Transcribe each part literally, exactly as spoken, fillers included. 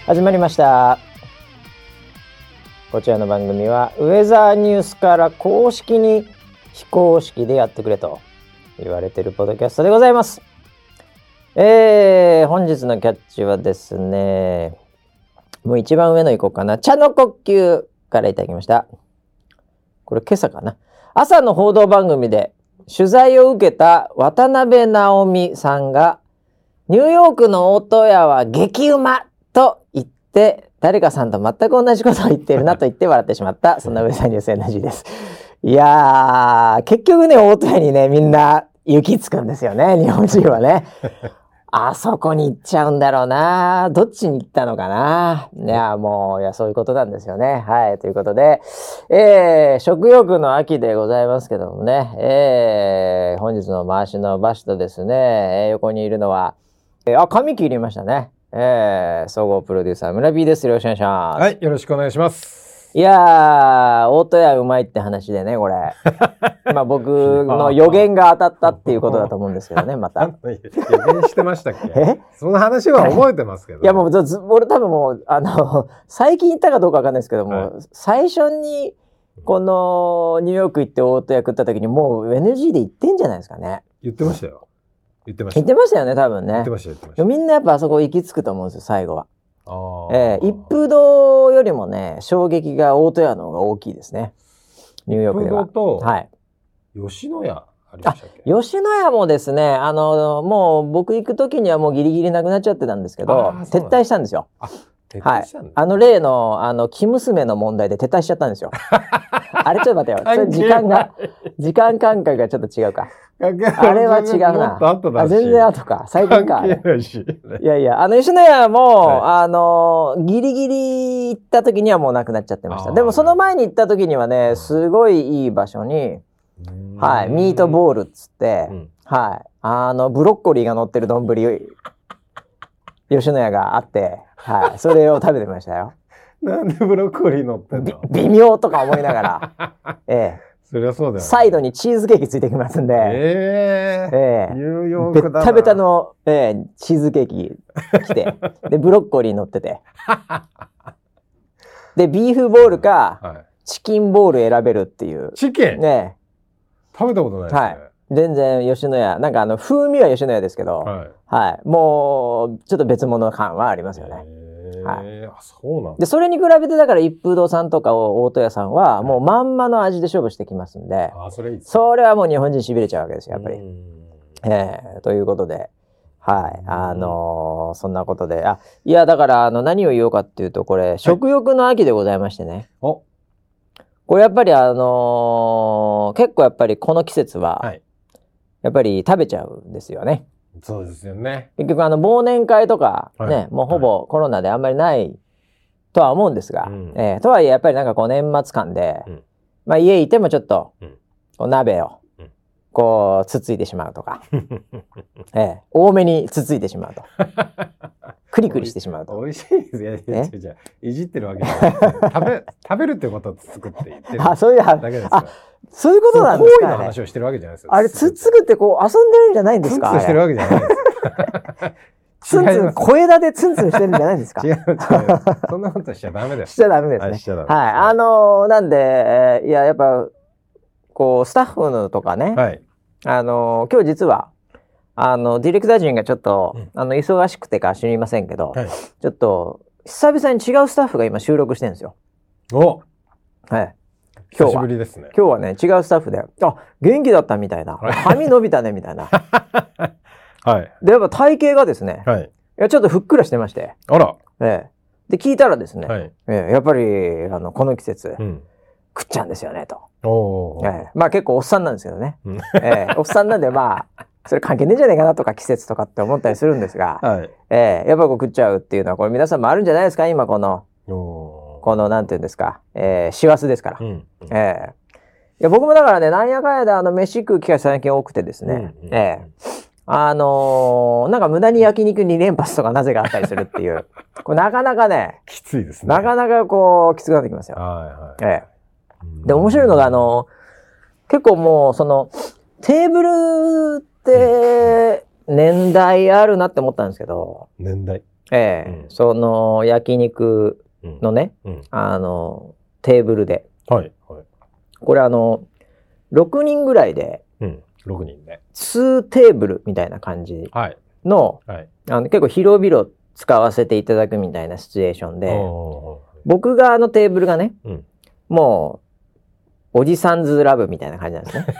始まりました。こちらの番組はウェザーニュースから公式に非公式でやってくれと言われているポッドキャストでございます。えー、本日のキャッチはですね、もう一番上のいこうかな。茶の呼吸からいただきました。これ今朝かな。朝の報道番組で取材を受けた渡辺直美さんが、ニューヨークの大戸屋は激うまと言って、誰かさんと全く同じことを言っているなと言って笑ってしまった。そんなウェザーニュース エヌジー です。いやー、結局ね、大戸屋にね、みんな行き着くんですよね、日本人はね。あそこに行っちゃうんだろうな。どっちに行ったのかな。いや、もう、いや、そういうことなんですよね。はい。ということで、えー、食欲の秋でございますけどもね、えー、本日の回しの場所とですね、横にいるのは、えー、あ、髪切りましたね。えー、総合プロデューサー村 P です。よろしくお願いします。 はい、よろしくお願いします。 いやー、大戸屋うまいって話でね、これ。まあ僕の予言が当たったっていうことだと思うんですけどね、また。 予言してましたっけ？え？その話は覚えてますけど。 いやもうず、俺多分もう、あの、最近言ったかどうかわかんないですけども、はい、最初に、このニューヨーク行って大戸屋食った時にもう エヌジー で言ってんじゃないですかね。 言ってましたよ。言ってました。 言ってましたよね、多分ね。 言ってました、言ってました。 みんなやっぱあそこ行き着くと思うんですよ、最後は。 あえー、一風堂よりもね、衝撃が大戸屋の方が大きいですね。ニューヨークでは。 一風堂と、 はい。 吉野家ありましたっけ？ 吉野家もですね、あの、もう僕行く時にはもうギリギリなくなっちゃってたんですけど、撤退したんですよ。 あ、撤退したんだ、ね。はい。 あの例の、あの、生娘の問題で撤退しちゃったんですよ。あれちょっと待ってよ。それ時間が、時間感覚がちょっと違うか。あれは違うな。あ、全然後か。最近か。いやいや、あの、吉野家も、はい、あの、ギリギリ行った時にはもうなくなっちゃってました。でもその前に行った時にはね、すごいいい場所に、はい、ミートボールっつって、うん、はい、あの、ブロッコリーが乗ってる丼、吉野家があって、はい、それを食べてましたよ。 なんでブロッコリー乗ってんの？ 微妙とか思いながら、ええ。 そりゃそうだよ、ね。 サイドにチーズケーキついてきますんで、 えー、えー、ニューヨークだな。 ベッタベタの、えー、チーズケーキ来て、で、ブロッコリー乗ってて、で、ビーフボールか、はい、チキンボール選べるっていう。 チキン？ ね。 食べたことないですね。はい。 全然吉野家、なんかあの、風味は吉野家ですけど、はい。はい、もう、ちょっと別物感はありますよね。 はい、あ、そうなんだ。 で、それに比べてだから一風堂さんとか大戸屋さんはもうまんまの味で勝負してきますんで、 あ、それいいですね。 それはもう日本人痺れちゃうわけですよ、やっぱり。えー、ということで、はい、あのー、そんなことで、あ、いや、だからあの何を言おうかっていうと、これ、はい、食欲の秋でございましてね。お、これやっぱりあのー、結構やっぱりこの季節は、はい、やっぱり食べちゃうんですよね。 そうですよね。 結局あの忘年会とかね、はい、もうほぼコロナであんまりないとは思うんですが、はい、えー、とはいえやっぱりなんかこう年末間で、うん、まあ家いてもちょっと、うん、こう鍋をこうつついてしまうとか、えー、多めにつついてしまうと。クリクリしてしまうと。 美味しいですよ。いやいやいじってるわけじゃない。食べ食べるってことをつつくって言ってるあ、そういうだけですか。そういうことなんですか、ね。 行為の話をしてるわけじゃないですよ。 あれつつくってこう遊んでるんじゃないんですか。 ツンツンしてるわけじゃないです。 ツンツン小枝でツンツンしてるんじゃないんですか。 違う違う。そんなことしちゃダメです。 しちゃダメですね。はい、しちゃダメ。はい。あのー、なんで、えー、いややっぱこうスタッフのとかね。はい。あのー、今日実はあのディレクター陣がちょっと、うん、あの忙しくてか知りませんけど、はい、ちょっと久々に違うスタッフが今収録してるんですよ。 お。はい。 今日は久しぶりですね。 今日はね違うスタッフで、あ、元気だったみたいな、髪伸びたねみたいな。はい。でやっぱ体型がですね、はい、いやちょっとふっくらしてまして、あら、ええ、で聞いたらですね、はい、ええ、やっぱりあのこの季節、うん、食っちゃうんですよねと。おー、ええ、まあ結構おっさんなんですけどね、うん、ええ、おっさんなんでまあそれ関係ねえんじゃねえかなとか季節とかって思ったりするんですが、はい、ええ、やっぱこう食っちゃうっていうのはこれ皆さんもあるんじゃないですか今この。このなんていうんですか、えー、師走ですから、うんうん、えー、いや僕もだからねなんやかんやであの飯食う機会最近多くてですね、うんうん、えー、あのー、なんか無駄に焼肉に連発とかなぜかあったりするっていうこれなかなかねきついですね。 なかなかこうきつくなってきますよ。はいはい、えー、で面白いのがあのー、結構もうそのテーブルって年代あるなって思ったんですけど、 年代ええうんその焼肉のね、 うんあのテーブルで、 はいはいこれあのろくにんぐらいでうんろくにんでにテーブルみたいな感じはいの、 はいあの結構広々使わせていただくみたいなシチュエーションで、 お僕側のテーブルがね、 ーうんもうおじさんずラブみたいな感じなんですね。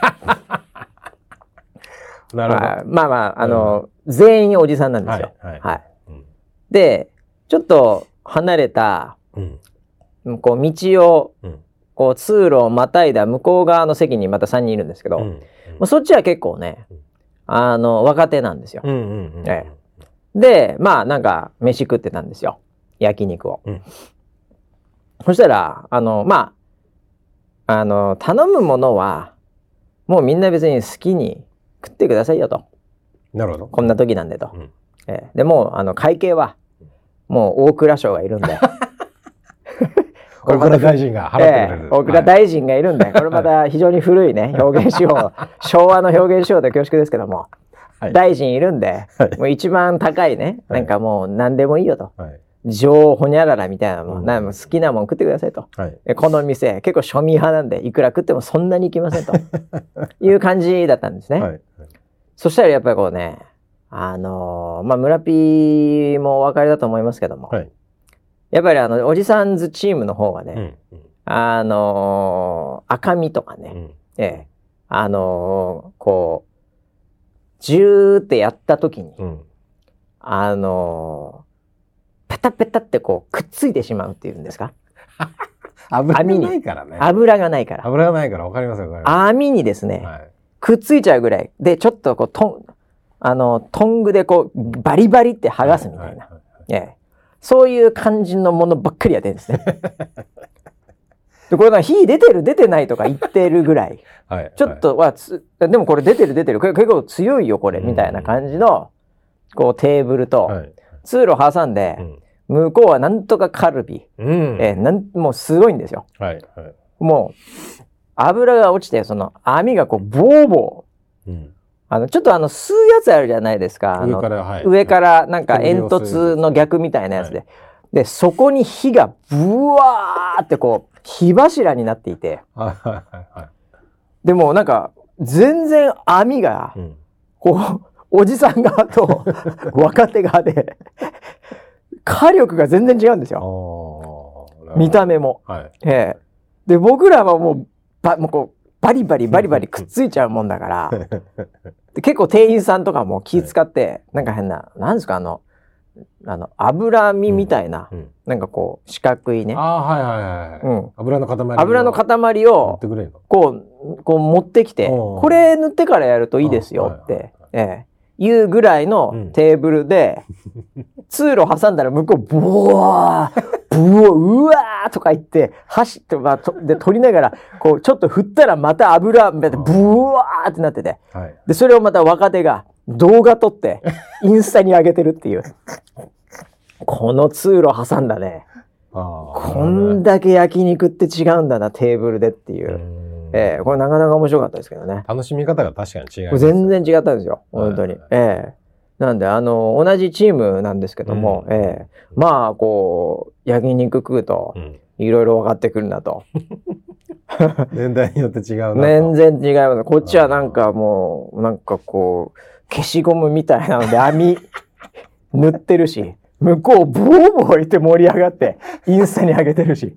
なるほど、 まあまあまあ、あの、全員おじさんなんですよ。 はいはいはい。 うんで、ちょっと離れた、 うんこう道を、 うんこう通路をまたいだ向こう側の席にまたさんにんいるんですけど、 うんもうそっちは結構ね、 うんあの、若手なんですよ。 うんうんうんえで、まあなんか飯食ってたんですよ。焼肉を。 うんそしたら、あの、まあ、あの、頼むものは、もうみんな別に好きに食ってくださいよと。 なるほどこんな時なんでと。 うんえーでもう、あの、会計は、もう大蔵省がいるんで。 大蔵大臣が払ってくれる、 えー大蔵大臣がいるんで、これまた非常に古いね、表現手法、昭和の表現手法で恐縮ですけども、 はい大臣いるんで、 はいもう一番高いね、 はいなんかもう何でもいいよと。 はい女王ほにゃららみたいなもん、 うんなんかもう好きなもん食ってくださいと。 はいえこの店、結構庶民派なんで、いくら食ってもそんなにいきませんという感じだったんですね。 はいそしたらやっぱりこうね、あのーまあ、村ピーもお分かりだと思いますけども、 はいやっぱりあの、おじさんずチームの方はね、 うんあのー赤身とかね、 うんええ、あのーこう、ジューってやった時に、 うんあのーペタペタってこう、くっついてしまうっていうんですか？ 油が網にないからね油がないから。 油がないからわかりますよわかりま網にですね、 すはいくっついちゃうぐらい。で、ちょっとこう、トン、あの、トングでこう、バリバリって剥がすみたいな。 はいはいはいええ、そういう感じのものばっかりやってるんですね。で、これなんか火出てる出てないとか言ってるぐらい。 はいちょっとはつ、でもこれ出てる出てる。これ結構強いよこれ、みたいな感じの、こうテーブルと、 はい通路挟んで、 うん向こうはなんとかカルビ。 うんええ、なんもうすごいんですよ。 はいはいもう、油が落ちて、その網がこう、ボーボー。 うんあの、ちょっとあの、吸うやつあるじゃないですか。あの上からはい上からなんか煙煙を吸う突の逆みたいなやつで。 はで、そこに火がブワーってこう、火柱になっていて。 はいはいはいはいでもなんか、全然網がう、んこう、おじさん側と若手側で、火力が全然違うんですあよ。 ー見た目も。 はいええ。で、僕らはもう、ば、もうこう、バリバリバリバリくっついちゃうもんだから、で結構店員さんとかも気使って、なんか変な、なんですか、あの、あの、脂身みたいな、 うんなんかこう、四角いね、 ああはいはいはいはいうん、 油の塊油の塊持をってくれるのこう、こう持ってきて、 おーこれ塗ってからやるといいですよって、 あはいはいええ、いうぐらいのテーブルで、通路挟んだら向こう、ブワー、ブワー、うわーとか言って、走って、まあ、とで取りながら、こう、ちょっと振ったらまた油、ブワーってなってて、 はいで、それをまた若手が動画撮って、インスタに上げてるっていう。この通路挟んだね。 ああこんだけ焼肉って違うんだな、テーブルでっていう。ええこれなかなか面白かったですけどね。 楽しみ方が確かに違いこれます全然違ったんですよ、本当に。 はいええなんで、あの、同じチームなんですけども、 うんええまあ、こう、焼肉食うとう、んいろいろ分かってくるなと。 年代によって違うなと全然違います。こっちはなんかもう、なんかこう、消しゴムみたいなので網塗ってるし、向こうボーボーいて盛り上がって、インスタに上げてるし。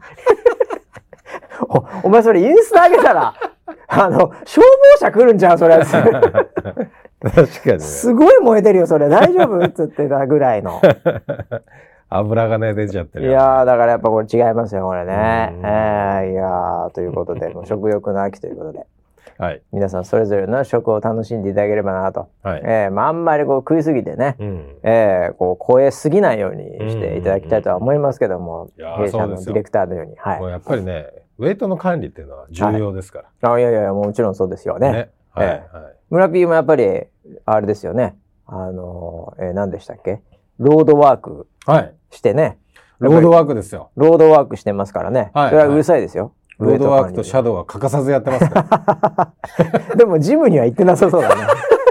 お, お前それインスタ上げたら、あの、消防車来るんじゃん、それ。 確かにねすごい燃えてるよ、それ。大丈夫っつってたぐらいの。 油がね出ちゃってるいやー、だからやっぱこれ違いますよ、これね。 うんえー、いやー、ということで、もう食欲の秋ということで、 はい皆さんそれぞれの食を楽しんでいただければなと。 はいえーまあ、あんまりこう食いすぎてね、 うんえーこう超えすぎないようにしていただきたいとは思いますけども、 いやー弊社そうですよのディレクターのように。はいもう。やっぱりねウェイトの管理っていうのは重要ですからあいやいやいや、もちろんそうですよね。 ねはいはいえ村 P もやっぱり、あれですよね。あのー、えー何でしたっけロードワークはいしてね。 ロードワークですよロードワークしてますからね。 はいそれはうるさいですよ。 ロードワークとシャドドウは欠かさずやってますからでもジムには行ってなさそうだね。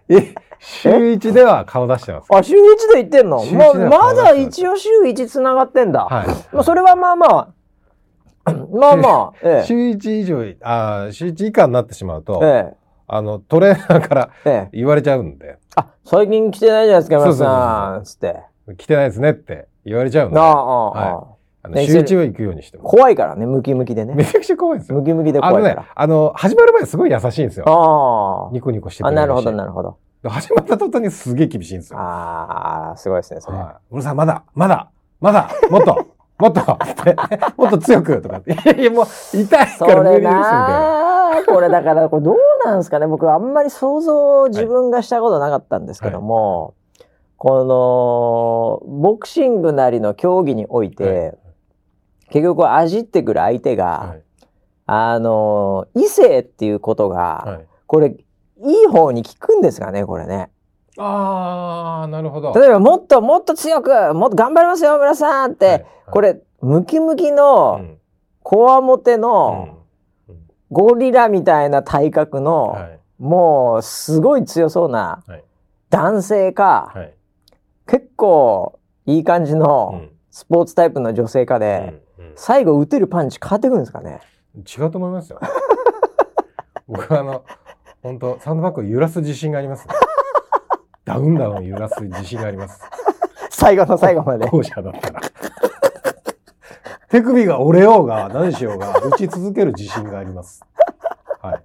え、週一では顔出してます。 あ、週一で行ってんの？ 週ま一では顔ま出してますだ一応週一つながってんだ。 はい。 まあ、それはまあまあ、まあまあ、ええ。 週一以上、あ週一以下になってしまうと、 ええ。 あの、トレーナーからええ、 言われちゃうんで。 あ、最近来てないじゃないですか、山田さん。つって。 来てないですねって言われちゃうんで。 ああ、あはい、 あ。 あの週一は行くようにしてます。 怖いからね、ムキムキでね。 めちゃくちゃ怖いですよ。 ムキムキで怖いから。 あのね、あの、始まる前すごい優しいんですよ。 ああ。 ニコニコしてくれるし。 あ、なるほど、なるほど。 始まった途端にすげえ厳しいんですよ。 ああ、すごいですね、それ。 はい。俺さん、まだ、まだ、まだ、もっと、もっと、もっと強くとかって。いやいや、もう痛いから無理ですみたいな。 これだから、これどうなんですかね。僕はあんまり想像自分がしたことなかったんですけども、はい、この、ボクシングなりの競技において、はい、結局、あじってくる相手が、はい、あの、異性っていうことが、はい、これ、いい方に効くんですかね、これね。 ああ、なるほど。 例えば、もっともっと強く、もっと頑張りますよ、村さんって、はいはい、これ、ムキムキの、こわもての、ゴリラみたいな体格の、はい、もう、すごい強そうな男性か、はい、結構いい感じのスポーツタイプの女性かで、うんうん、最後打てるパンチ変わってくるんですかね。 違うと思いますよ。僕はあの、本当サンドバッグを揺らす自信があります、ね。ダウンダウンを揺らす自信があります。 最後の最後まで。 後者だったら。手首が折れようが何しようが打ち続ける自信があります。はい。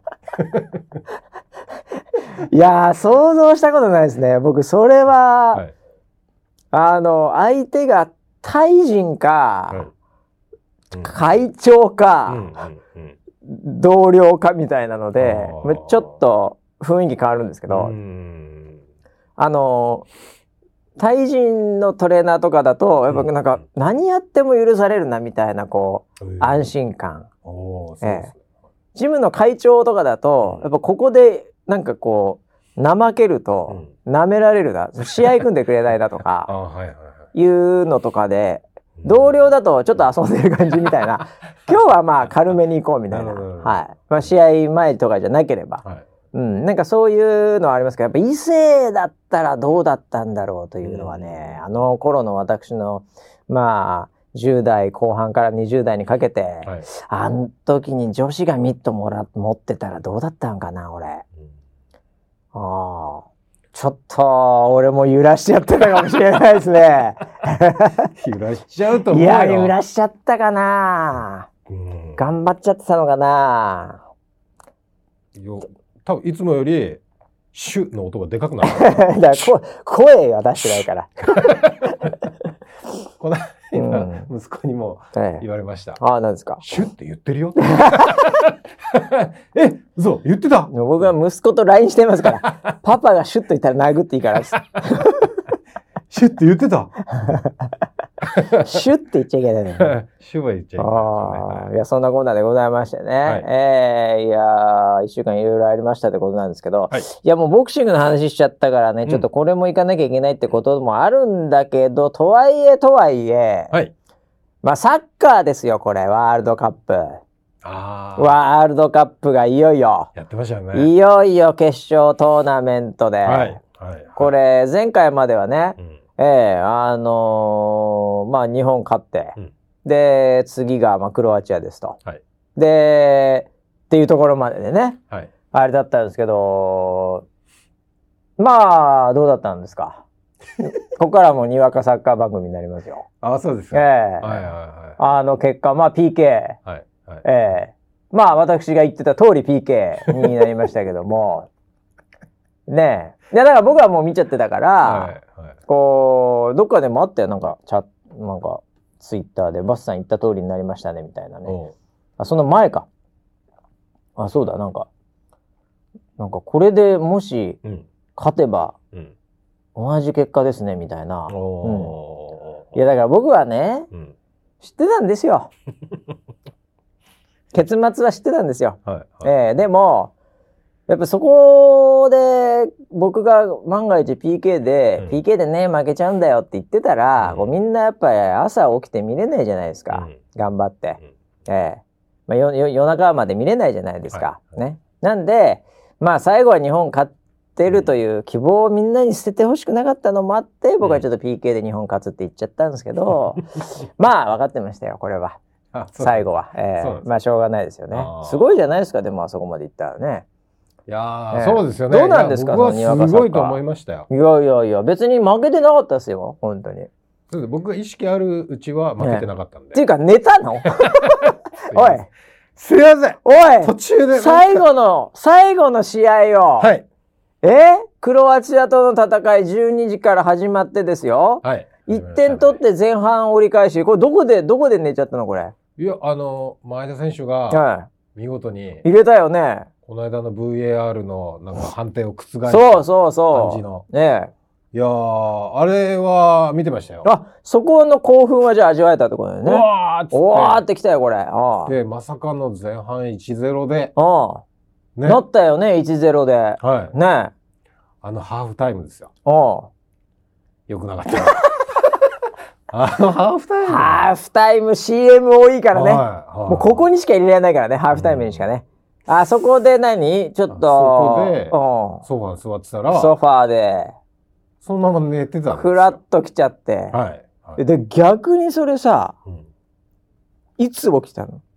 いやー、想像したことないですね。僕それは、はい、あの相手がタイ人か、はいうん、会長か、うんうんうん同僚かみたいなのでちょっと雰囲気変わるんですけど、うんあの対人のトレーナーとかだとやっぱなんか何やっても許されるなみたいなこう、うん、安心感、ええ、ジムの会長とかだとやっぱここでなんかこう怠けると舐められるな、試合組んでくれないなとかいうのとかで同僚だとちょっと遊んでる感じみたいな今日はまあ軽めに行こうみたいな、はいまあ、試合前とかじゃなければ、はいうん、なんかそういうのはありますけどやっぱ異性だったらどうだったんだろうというのはね、うん、あの頃の私のまあじゅう代後半からにじゅう代にかけて、はい、あの時に女子がミットもら持ってたらどうだったんかな俺、うん、ああちょっと俺も揺らしちゃってたかもしれないですね。 揺らしちゃうと思うよ。 いや揺らしちゃったかな、うん、頑張っちゃってたのかな。 よ多分いつもよりシュの音がでかくなる。 だから声は出してないから。 この間、うん、息子にも言われました。 ええ、ああ、何ですか。 シュって言ってるよ。え、嘘言ってた。 僕は息子と ライン してますから。パパがシュッと言ったら殴っていいからです。 シュって言ってた。 シュッて言っちゃいけないね。 シュは言っちゃいけない、ね。 ああ、いやそんなこんなでございましてね。はい、えー、いやいっしゅうかんいろいろありましたってことなんですけど、はい、いやもうボクシングの話しちゃったからね、うん、ちょっとこれも行かなきゃいけないってこともあるんだけど、とはいえとはいえ、はい、まあサッカーですよこれワールドカップ。あワールドカップがいよいよやってましたよね。 いよいよ決勝トーナメントで、はいはいはい、これ前回まではね、うんえー、あのー、まあ日本勝って、うん、で次がまあクロアチアですと、はい、でっていうところまででね、はい、あれだったんですけどまあどうだったんですか。ここからもにわかサッカー番組になりますよ。 あそうですか、 えーはいはいはい、あの結果まあ ピーケー、はいはいえー、まあ私が言ってた通り ピーケー になりましたけどもねえいやだから僕はもう見ちゃってたから、はいはい、こうどっかでもあったよなんかチャなんかツイッターでバスさん言った通りになりましたねみたいなね。あその前かあそうだなんかなんかこれでもし勝てば同じ結果ですねみたいな、うん、いやだから僕はね、うん、知ってたんですよ結末は知ってたんですよ、はいはいえー、でもやっぱそこで僕が万が一 ピーケー で、うん、ピーケー でね負けちゃうんだよって言ってたら、うん、こうみんなやっぱり朝起きて見れないじゃないですか、うん、頑張って、うんえーまあ、よよ夜中まで見れないじゃないですか、はいね、なんでまあ最後は日本勝ってるという希望をみんなに捨ててほしくなかったのもあって、僕はちょっと ピーケー で日本勝つって言っちゃったんですけど、まあ分かってましたよこれは。最後は、えー、まあしょうがないですよね。すごいじゃないですか、でもあそこまでいったらね。 いや、 えー、 そうですよね。 どうなんですか、 僕はすごいと思いましたよ。 いやいやいや、別に負けてなかったですよ、本当に。 そうです、僕が意識あるうちは負けてなかったんで。 っていうか寝たの？おい、 すいません。 おい、 途中で最後の最後の試合を、 はい、 えー、クロアチアとの戦いじゅうにじから始まってですよ。 はい。 いってん取って前半折り返し、これどこでどこで寝ちゃったのこれ？ いや、あの前田選手が見事に入れたよね。 この間の ブイエーアール のなんか判定を覆したそうそうそう感じの。 ねえ。いやー、あれは見てましたよ。 あ、そこの興奮はじゃあ味わえたってことだよね。 うわーっつって。 おわーってきたよこれ。あで、まさかの前半 いちたいゼロ で。 ああ、ね、なったよね、いちたいゼロ で。 はい。 ね。 あのハーフタイムですよ。 ああ。 よくなかった。あのハーフタイム。 ハーフタイム シーエム 多いからね。 はいはい、 もうここにしか入れられないからね、ハーフタイムにしかね。うん、あそこで何ちょっと。そこで、ソファーに座ってたら。 ソファーで。 そのまま寝てたんですよ。 ふらっと来ちゃって。 はいはい、 で、逆にそれさ、うん、いつ起きたの？えっ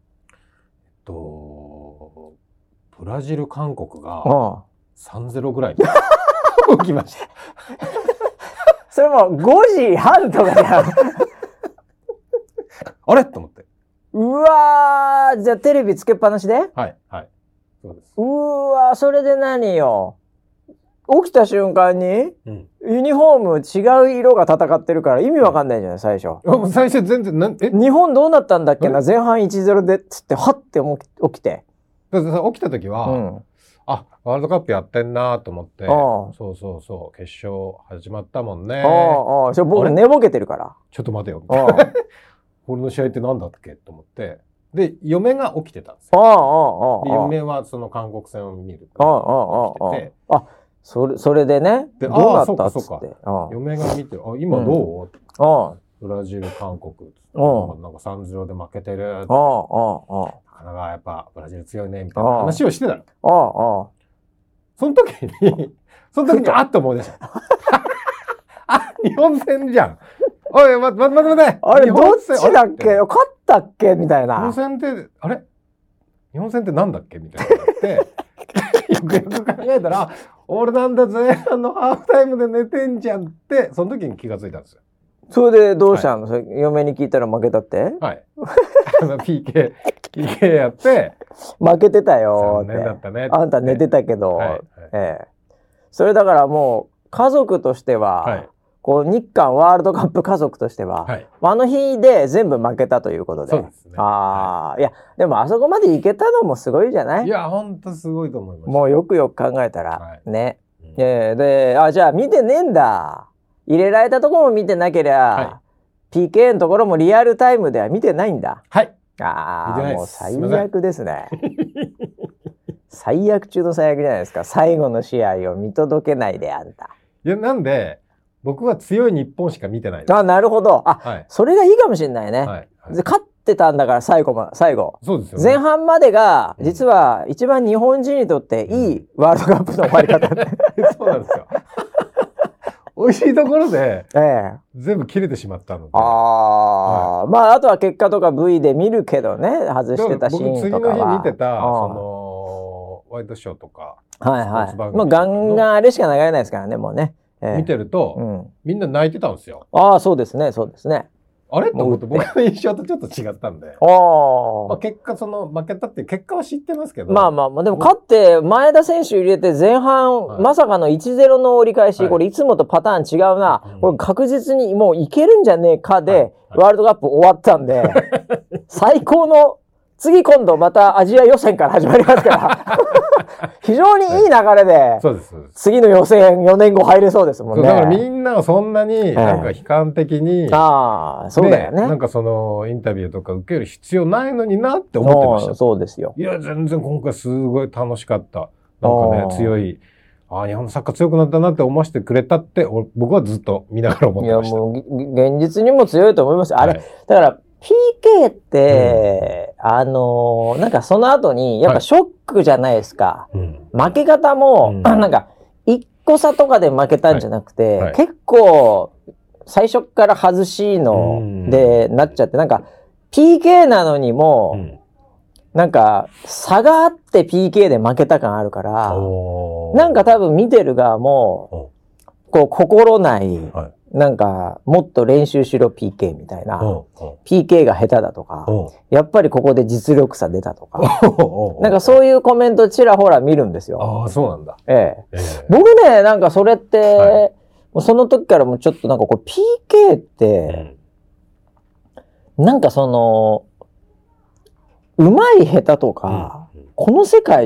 と、ブラジル、韓国が さんたいゼロ ぐらいで起きました。 それもごじはんとかじゃん。 あれと思って。 うわー、じゃあテレビつけっぱなしで？ はいはい。そうです。 うわー、それで何よ。起きた瞬間に、うん、ユニフォーム違う色が戦ってるから意味わかんないじゃない最初。 最初全然なんえ日本どうなったんだっけな、前半 いちたいゼロ でっつってはって起きて。 だから起きた時は、うん、あ、ワールドカップやってんなと思って、そうそうそう決勝始まったもんね。 ああ、僕寝ぼけてるから。 ちょっと待てよみたいな。これの試合ってなんだっけと思って。で、嫁が起きてたんですよ。で、嫁はその韓国戦を見る。起きてて。あ、 それ、それでね。 で、どうなったっつって。嫁が見てる。あ、今どう、うん、ブラジル、韓国。なんか さんたいゼロ で負けてる。なかなかやっぱブラジル強いね、みたいな話をしてたの。その時に、その時にあっと思い出した。あ、日本戦じゃん。おい、待って待って待って。 あれ、どっちだっけ勝ったっけみたいな。 日本戦って、あれ日本戦ってなんだっけみたいになって、よくよく考えたら、俺なんだ前半のハーフタイムで寝てんじゃんって、その時に気がついたんですよ。 それでどうしたの、はい、嫁に聞いたら負けたって？ はい。ピーケー、ピーケー やって。 負けてたよって。 残念だったねって。 あんた寝てたけど。はいはい、ええ。それだからもう、家族としては、はい、こう日韓ワールドカップ家族としては、はい、あの日で全部負けたということで。 そうですね。 ああ、はい、いや、でもあそこまでいけたのもすごいじゃない？ いや、ほんとすごいと思います。 もうよくよく考えたら、はい、ね。うん、えー、で、あ、じゃあ見てねえんだ。入れられたところも見てなければ、はい、ピーケー のところもリアルタイムでは見てないんだ。 はい。 ああ、もう最悪ですね。最悪中の最悪じゃないですか。最後の試合を見届けないであんた。 いや、なんで、僕は強い日本しか見てないです。 あ、なるほど。あ、はい、それがいいかもしれないね。はいはい、勝ってたんだから最後ま、最後。 そうですよね。 前半までが、実は一番日本人にとっていいワールドカップの終わり方。 そうなんですよ。美味しいところで、ええ、全部切れてしまったので。 ああ、はい、まああとは結果とか ブイ で見るけどね、外してたシーンとかは。僕次の日見てたそのワイドショーとか、 はいはい。まあガンガンあれしか流れないですからね、もうね。 ええ、見てると、うん、みんな泣いてたんですよ。 ああ、そうですね、そうですね。 あれと思って僕の印象とちょっと違ったんで。あまあ結果その負けたっていう結果は知ってますけど。 まあまあまあでも勝って前田選手入れて前半、はい、まさかの いちたいゼロ の折り返し、はい、これいつもとパターン違うな、うん、これ確実にもういけるんじゃねえかで、はいはい、ワールドカップ終わったんで最高の次今度またアジア予選から始まりますから非常にいい流れで次の予選よねんご入れそうですもんね。 だからみんなはそんなになんか悲観的に、えー、 ああそうだよね。 なんかそのインタビューとか受ける必要ないのになって思ってました。 そうですよ。 いや全然今回すごい楽しかった。なんかね強い。ああ日本のサッカー強くなったなって思わせてくれたって僕はずっと見ながら思ってました。いやもう現実にも強いと思います。あれ、はい、だから。ピーケー って、うん、あのー、なんかその後に、やっぱショックじゃないですか。はい、負け方も、うん、なんか、一個差とかで負けたんじゃなくて、はいはい、結構最初から外しのでなっちゃって、なんか ピーケー なのにも、うん、なんか差があって ピーケー で負けた感あるから、なんか多分見てる側もこう心ない、はい、なんかもっと練習しろ ピーケー みたいな、ピーケー が下手だとか、やっぱりここで実力差出たとか、なんかそういうコメントちらほら見るんですよ。 ああ、そうなんだ。 ええええ、僕ね、なんかそれって、はい、その時からもちょっとなんかこう ピーケー って、うん、なんかそのうまい下手とか、うん、この世界って、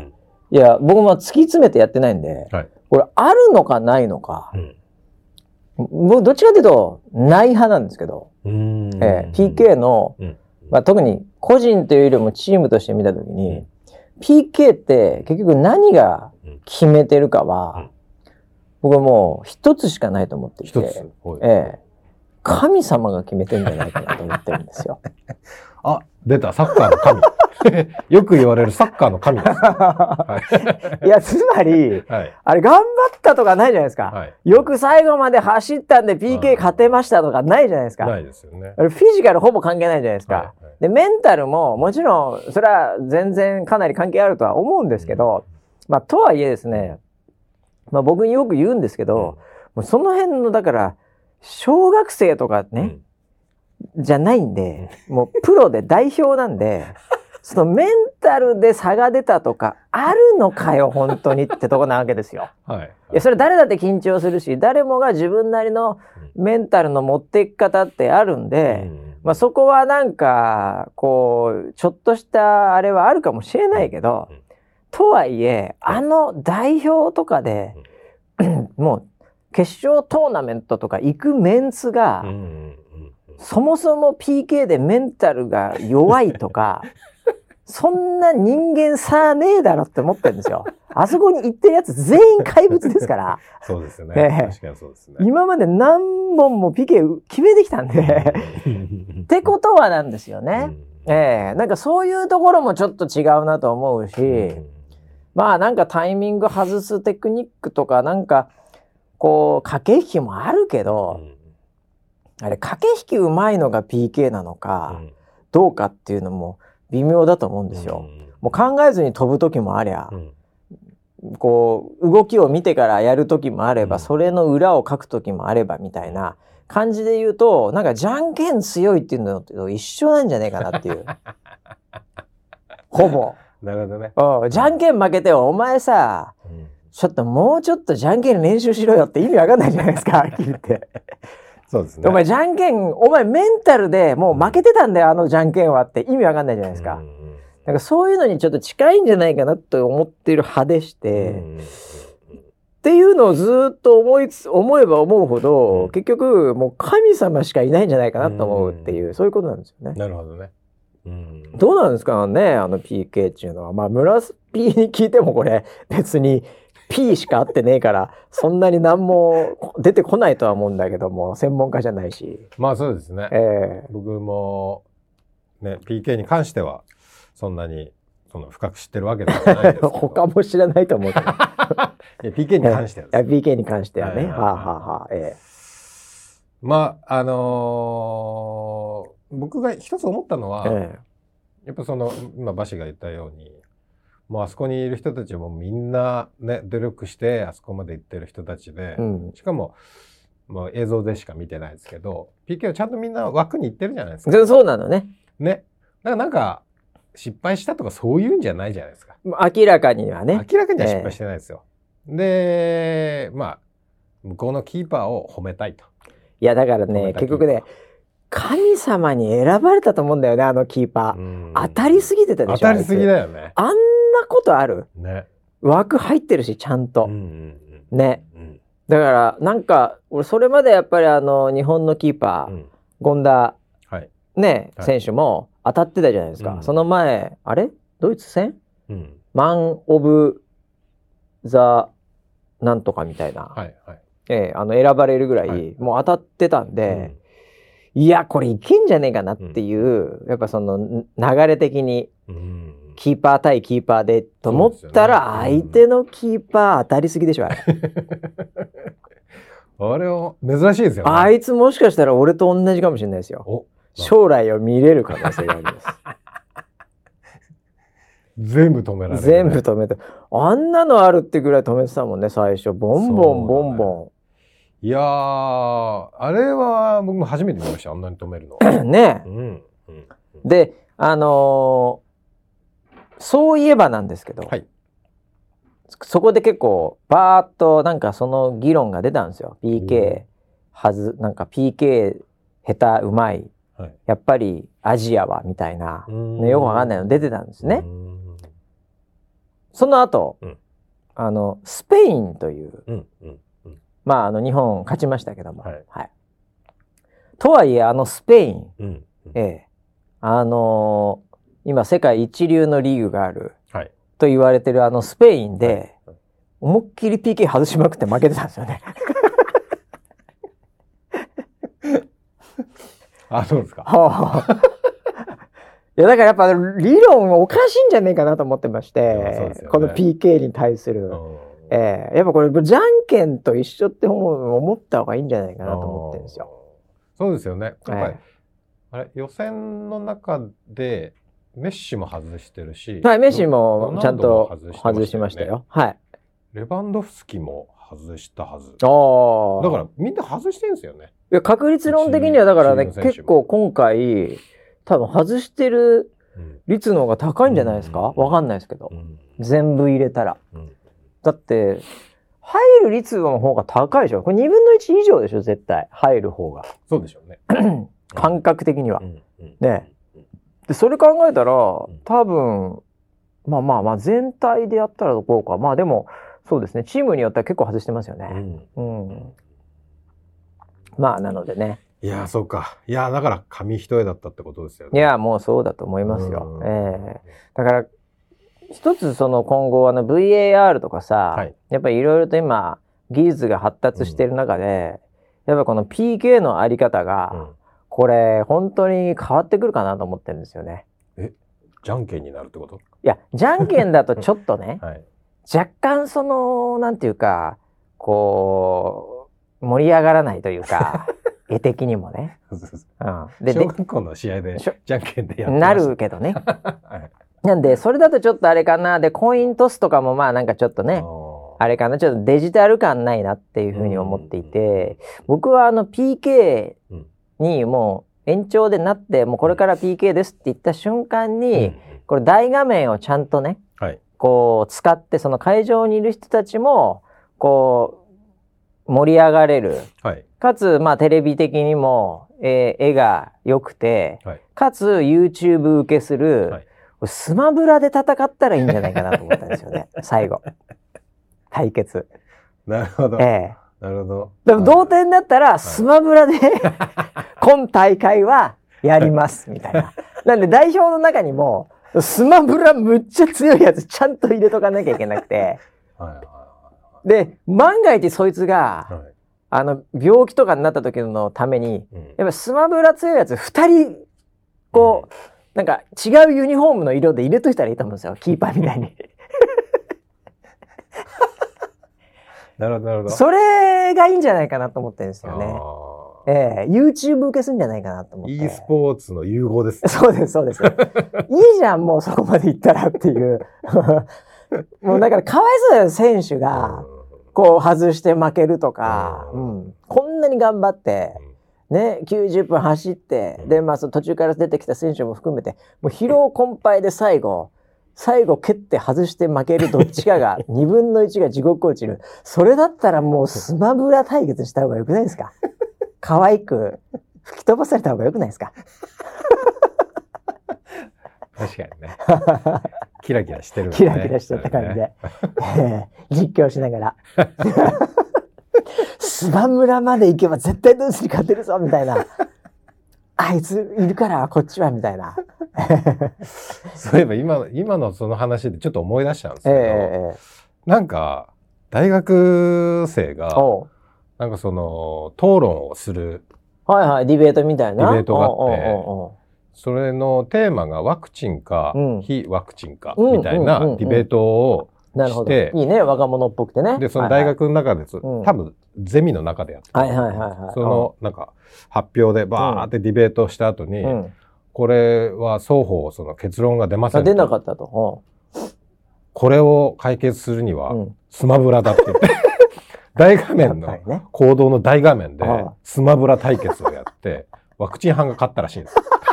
うん、いや僕も突き詰めてやってないんで、はい、これあるのかないのか、うん、僕どっちかというとない派なんですけど、うーん、えー、ピーケー の、うんまあ、特に個人というよりもチームとして見たときに、うん、ピーケー って結局何が決めてるかは、うん、僕はもう一つしかないと思っていて、えー、神様が決めてるんじゃないかなと思ってるんですよ。 あ、出た、サッカーの神。よく言われるサッカーの神です。はい、 いや、つまり、はい、あれ頑張ったとかないじゃないですか。はい、よく最後まで走ったんで ピーケー 勝てましたとかないじゃないですか。 ないですよね。 あれフィジカルほぼ関係ないじゃないですか。はいはい、で、メンタルももちろん、それは全然かなり関係あるとは思うんですけど、うん、まあ、とはいえですね、まあ僕によく言うんですけど、うん、もうその辺の、だから、小学生とかね、うん、じゃないんで、もうプロで代表なんで、そのメンタルで差が出たとかあるのかよ本当にってとこなわけですよ。はいはい、いやそれ誰だって緊張するし、誰もが自分なりのメンタルの持っていき方ってあるんで、うん、まあ、そこはなんかこうちょっとしたあれはあるかもしれないけど、うん、とはいえあの代表とかで、うん、もう決勝トーナメントとか行くメンツが、うん、そもそも ピーケー でメンタルが弱いとかそんな人間さねえだろって思ってるんですよ。あそこに行ってるやつ全員怪物ですから。 そうですよね。ね、確かにそうですね。 今まで何本も ピーケー 決めてきたんでってことはなんですよね。うん、えー、なんかそういうところもちょっと違うなと思うし、うん、まあなんかタイミング外すテクニックとかなんかこう駆け引きもあるけど、うん、あれ駆け引きうまいのが ピーケー なのか、うん、どうかっていうのも微妙だと思うんですよ。うん、もう考えずに飛ぶ時もありゃ、うん、こう動きを見てからやる時もあれば、うん、それの裏を書く時もあればみたいな感じで言うと、なんかじゃんけん強いっていうのと一緒なんじゃねえかなっていうほぼ。 なるほどね。 うん、じゃんけん負けてお前さ、うん、ちょっともうちょっとじゃんけん練習しろよって意味わかんないじゃないですかはっきり言ってそうですね。 お前じゃんけん、お前メンタルでもう負けてたんだよ、うん、あのじゃんけんはって意味わかんないじゃないですか。うん、なんかそういうのにちょっと近いんじゃないかなと思っている派でして、うん、っていうのをずっと思いつ思えば思うほど、うん、結局もう神様しかいないんじゃないかなと思うっていう、うん、そういうことなんですよね。 なるほどね。うん、 どうなんですかね、あの ピーケー っていうのは。まあ村 P に聞いてもこれ別にP しか合ってねえからそんなに何も出てこないとは思うんだけども、専門家じゃないし。 まあそうですね、えー、僕もね ピーケー に関してはそんなにその深く知ってるわけではないですけど他も知らないと思うけどいやピーケー に関してはです、 ね、ピーケー に関してはね、はあはあはあ、えー、まああのー、僕が一つ思ったのは、えー、やっぱその今バシが言ったように、もうあそこにいる人たちもみんなね努力してあそこまで行ってる人たちで、うん、しかももう映像でしか見てないですけど ピーケー はちゃんとみんな枠に行ってるじゃないですか。 そうなのね。 ね。だからなんか失敗したとかそういうんじゃないじゃないですか。 明らかにはね。 明らかには失敗してないですよ。えー、で、まあ向こうのキーパーを褒めたいと。 いやだからね結局ね。神様に選ばれたと思うんだよね、あのキーパー。当たりすぎてたでしょ。 当たりすぎだよね。 あんなことある、ね、枠入ってるしちゃんと、うんうんうん、ね、うん、だからなんか俺それまでやっぱりあの日本のキーパー、うん、権田、はい、ね、はい、選手も当たってたじゃないですか、うん、その前あれドイツ戦、うん、マン・オブ・ザ・なんとかみたいな、はいはい、えー、あの選ばれるぐらい、はい、もう当たってたんで、うん、いやこれいけんじゃねえかなっていう、うん、やっぱその流れ的にうん、 キーパー対キーパーでと思ったら、ね、相手のキーパー当たりすぎでしょあれ。 あれは珍しいですよね。 あいつもしかしたら俺と同じかもしれないですよ。将来を見れる可能性があります。 全部止められる、ね、 全部止めて、あんなのあるってぐらい止めてたもんね最初。ボンボンボンボン、ね、 いやーあれは僕も初めて見ました。あんなに止めるのね、 うんうん、 であのー、そういえばなんですけど、はい、そこで結構バーッとなんかその議論が出たんですよ。 ピーケー はずなんか ピーケー 下手うまい、はい、やっぱりアジアはみたいな、ね、よくわかんないの出てたんですね。その後、うん、あのスペインという、うんうんうん、まああの日本勝ちましたけども、はいはい、とはいえあのスペイン、うんうん、ええ、あのー、今世界一流のリーグがある、はい、と言われてるあのスペインで、はい、思いっきり ピーケー 外しまくって負けてたんですよね。 あ、そうですか。 いやだからやっぱ理論おかしいんじゃねえかなと思ってまして、ね、この ピーケー に対する、えー、やっぱこれじゃんけんと一緒って思った方がいいんじゃないかなと思ってるんですよ。 そうですよね。今回、えー、あれ予選の中でメッシも外してるし、 はい、メッシもちゃんと外しましたよ。はい。 レバンドフスキも外したはず。ああ。だからみんな外してるんですよね。 いや確率論的にはだからね結構今回多分外してる率の方が高いんじゃないですか、うん、わかんないですけど、うん、全部入れたら、うん、だって入る率の方が高いでしょ。これにぶんのいち以上でしょ絶対入る方が。 そうでしょうね。 感覚的には、うんうん、ねでそれ考えたら多分まあまあまあ全体でやったらどこうか。まあでもそうですねチームによっては結構外してますよね。うんうん、まあなのでね。 いやそうか。いやだから紙一重だったってことですよね。 いやもうそうだと思いますよ。えー、だから一つその今後あの ブイエーアール とかさ、はい、やっぱりいろいろと今技術が発達してる中で、うん、やっぱこの ピーケー のあり方が、うん、これ本当に変わってくるかなと思ってるんですよね。 え、じゃんけんになるってこと？いやじゃんけんだとちょっとね、はい、若干そのなんていうかこう盛り上がらないというか。絵的にもね。うん、 で小学校の試合でじゃんけんでやってなるけどね。はい、なんでそれだとちょっとあれかな。でコイントスとかもまあなんかちょっとねあれかなちょっとデジタル感ないなっていうふうに思っていて、僕はあの ピーケー にもう延長でなってもうこれから ピーケー ですって言った瞬間に、うん、これ大画面をちゃんとね、はい、こう使ってその会場にいる人たちもこう盛り上がれる。はい、かつ、まあ、テレビ的にも、えー、絵が良くて、はい、かつ YouTube 受けする、はい、スマブラで戦ったらいいんじゃないかなと思ったんですよね最後対決。 なるほど、えー、なるほど。 でも同点だったらスマブラで、はい、今大会はやりますみたいな。なんで代表の中にもスマブラむっちゃ強いやつちゃんと入れとかなきゃいけなくてはいで万が一そいつが、はいあの病気とかになった時のために、うん、やっぱスマブラ強いやつふたりこう、うん、なんか違うユニフォームの色で入れといたらいいと思うんですよキーパーみたいになるほどなるほど。 それがいいんじゃないかなと思ってるんですよね。ええー、YouTube 受けするんじゃないかなと思って。 e スポーツの融合です、 ね、そうですそうですいいじゃんもうそこまでいったらっていうもうだからかわいそうだよ選手が、うんこう外して負けるとか、うん、こんなに頑張って、ね、きゅうじゅっぷん走って、で、まあ、その途中から出てきた選手も含めてもう疲労困憊で最後最後蹴って外して負けるどっちかがにぶんのいちが地獄落ちる。それだったらもうスマブラ対決した方がよくないですか？可愛く吹き飛ばされた方がよくないですか？ 確かにねキラキラしてる、ね、 キラキラしてた感じで、ねえー、実況しながらスマブラまで行けば絶対ドイツに勝てるぞみたいなあいついるからこっちはみたいなそういえば 今, 今のその話でちょっと思い出したんですけど、えー、なんか大学生がなんかその討論をするはいはいディベートみたいなディベートがあってそれのテーマがワクチンか、うん、非ワクチンかみたいなディベートをなるほど。いいね、若者っぽくてね。 で、その大学の中で、はいはい、多分ゼミの中でやってた。 はいはいはいはい。 そのなんか発表でバーってディベートをした後に、うん、これは双方その結論が出ませんと。 出なかったと。 うん、これを解決するにはスマブラだって言って、大画面の行動の大画面でスマブラ対決をやってワクチン派が勝ったらしいんです。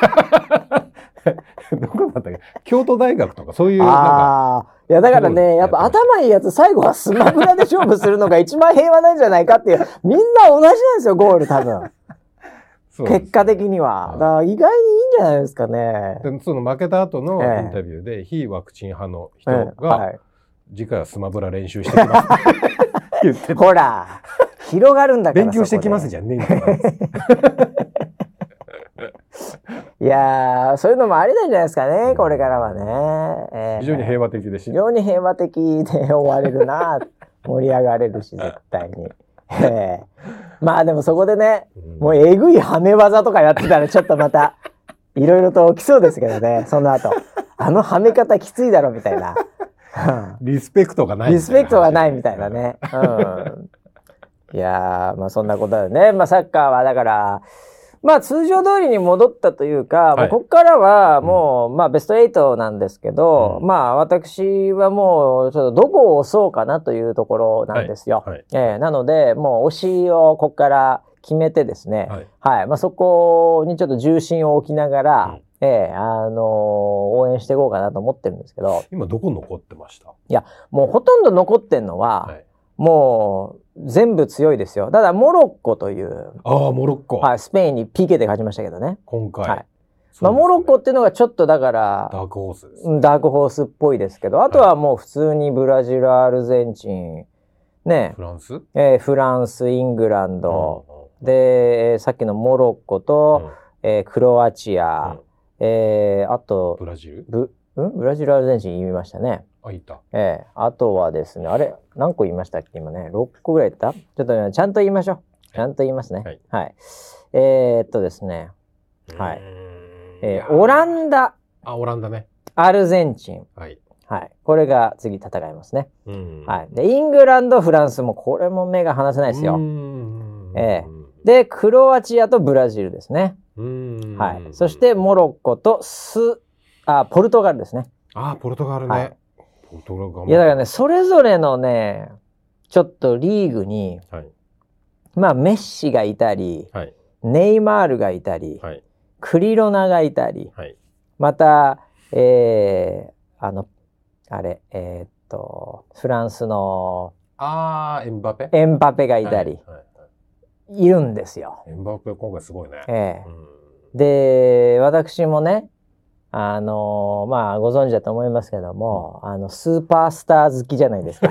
どこだったっけ？京都大学とかそういうなんか。 いやだからね、やっぱ頭いいやつ最後はスマブラで勝負するのが一番平和なんじゃないかっていう、みんな同じなんですよ、ゴール多分。結果的には。だから意外にいいんじゃないですかね。 でその負けた後のインタビューで、ええ、非ワクチン派の人が、ええはい、次回はスマブラ練習してきますって言ってた。 ほら、広がるんだから。 勉強してきますじゃんねいやー、そういうのもありなんじゃないですかね、これからはね。 えー、非常に平和的でし、 非常に平和的で終われるな盛り上がれるし、絶対に。えー、まあでもそこでね、もうえぐいはめ技とかやってたらちょっとまた、いろいろと起きそうですけどね、その後。あのはめ方きついだろ、みたいな。 リスペクトがない。 リスペクトがないみたいなね。うん、いやー、まあそんなことだよね。まあサッカーはだから、まあ通常通りに戻ったというか、はい、もうここからはもう、うん、まあベストエイトなんですけど、うん、まあ私はもうちょっとどこを押そうかなというところなんですよ。はいはい、えー、なのでもう推しをここから決めてですね、はい、はい、まあそこにちょっと重心を置きながら、うん、えー、あのー、応援していこうかなと思ってるんですけど。 今どこ残ってました？ いや、もうほとんど残ってんのは、はい、もう全部強いですよ。ただモロッコという、 ああモロッコ、 はい、スペインに ピーケー で勝ちましたけどね。 今回。 はい。まあ、モロッコっていうのがちょっとだからダークホースです、ね。 ダークホースっぽいですけど、あとはもう普通にブラジル、アルゼンチン、ね、 フランス、 えー、フランス、イングランド、うん、で、えー、さっきのモロッコと、うん、えー、クロアチア、うん、えー、あとブラジル、 ブ、うん、ブラジル、アルゼンチン言いましたね。 あ、いた。 ええ、あとはですね、あれ何個言いましたっけ今ね、ろっこぐらい言った？ちょっと、ね、ちゃんと言いましょう。ちゃんと言いますね。はい。はい、えー、っとですね、はい。えー、オランダ。 あ、オランダね。 アルゼンチン。 はい。 はい。これが次戦いますね。うん。はい。で、イングランド、フランスもこれも目が離せないですよ。うん。ええ。で、クロアチアとブラジルですね。うん。はい。そしてモロッコとス、あ、ポルトガルですね。 あ、ポルトガルね。はい、 いやだからね、それぞれのね、ちょっとリーグに、はい、まあメッシがいたり、はい、ネイマールがいたり、はい、クリロナがいたり、はい、また、えー、あのあれえー、っとフランスのあーエンバペエンバペがいたり、はいはいはい、いるんですよ。 エンバペ今回すごいね。 えーうん、で私もね。あのー、まあご存知だと思いますけども、うん、あのスーパースター好きじゃないですか。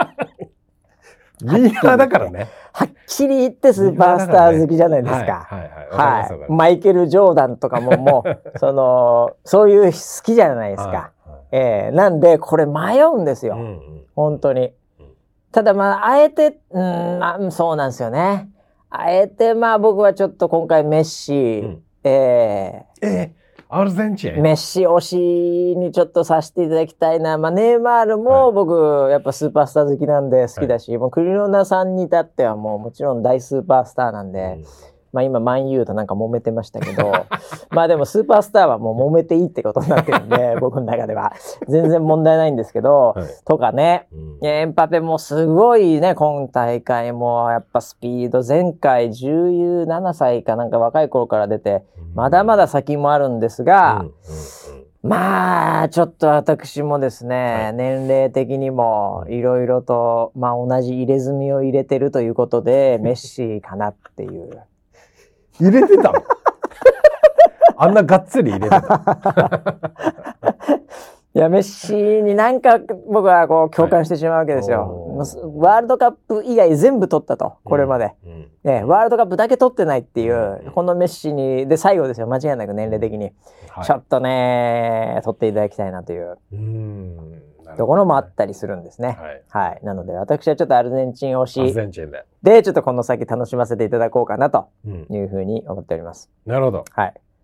ミーハーだからね。 はっきり言ってスーパースター好きじゃないですか。はいはいはい。マイケル・ジョーダンとかももうそのそういう好きじゃないですか。はいはい、えー、なんでこれ迷うんですよ。うんうん、本当に。うん、ただまああえて、うん、まあそうなんですよね。あえてまあ僕はちょっと今回メッシ、うん、えー、 えーアルゼンチンメッシ推しにちょっとさせていただきたいな。まあ、ネイマールも僕、はい、やっぱスーパースター好きなんで好きだし、はい、もうクリロナさんに至ってはもうもちろん大スーパースターなんで、うん、まあ今マンユーとなんか揉めてましたけど、まあでもスーパースターはもう揉めていいってことになってるんで、僕の中では全然問題ないんですけど、はい、とかね、うん、エンパペもすごいね、今大会もやっぱスピード、前回じゅうななさいかなんか若い頃から出て、まだまだ先もあるんですが、うんうんうん、まあちょっと私もですね、はい、年齢的にもいろいろと、まあ、同じ入れ墨を入れてるということでメッシかなっていう入れてたのあんながっつり入れてたいやメッシになんか僕はこう共感してしまうわけですよ、はい、ワールドカップ以外全部取ったとこれまで、うんうんね、ワールドカップだけ取ってないっていう、うん、このメッシにで最後ですよ間違いなく年齢的に、はい、ちょっとね取っていただきたいなといううんところもあったりするんですね、はいはい、なので私はちょっとアルゼンチン推しアルゼンチンで、 でちょっとこの先楽しませていただこうかなというふうに思っております、 うん、なるほど、 はい、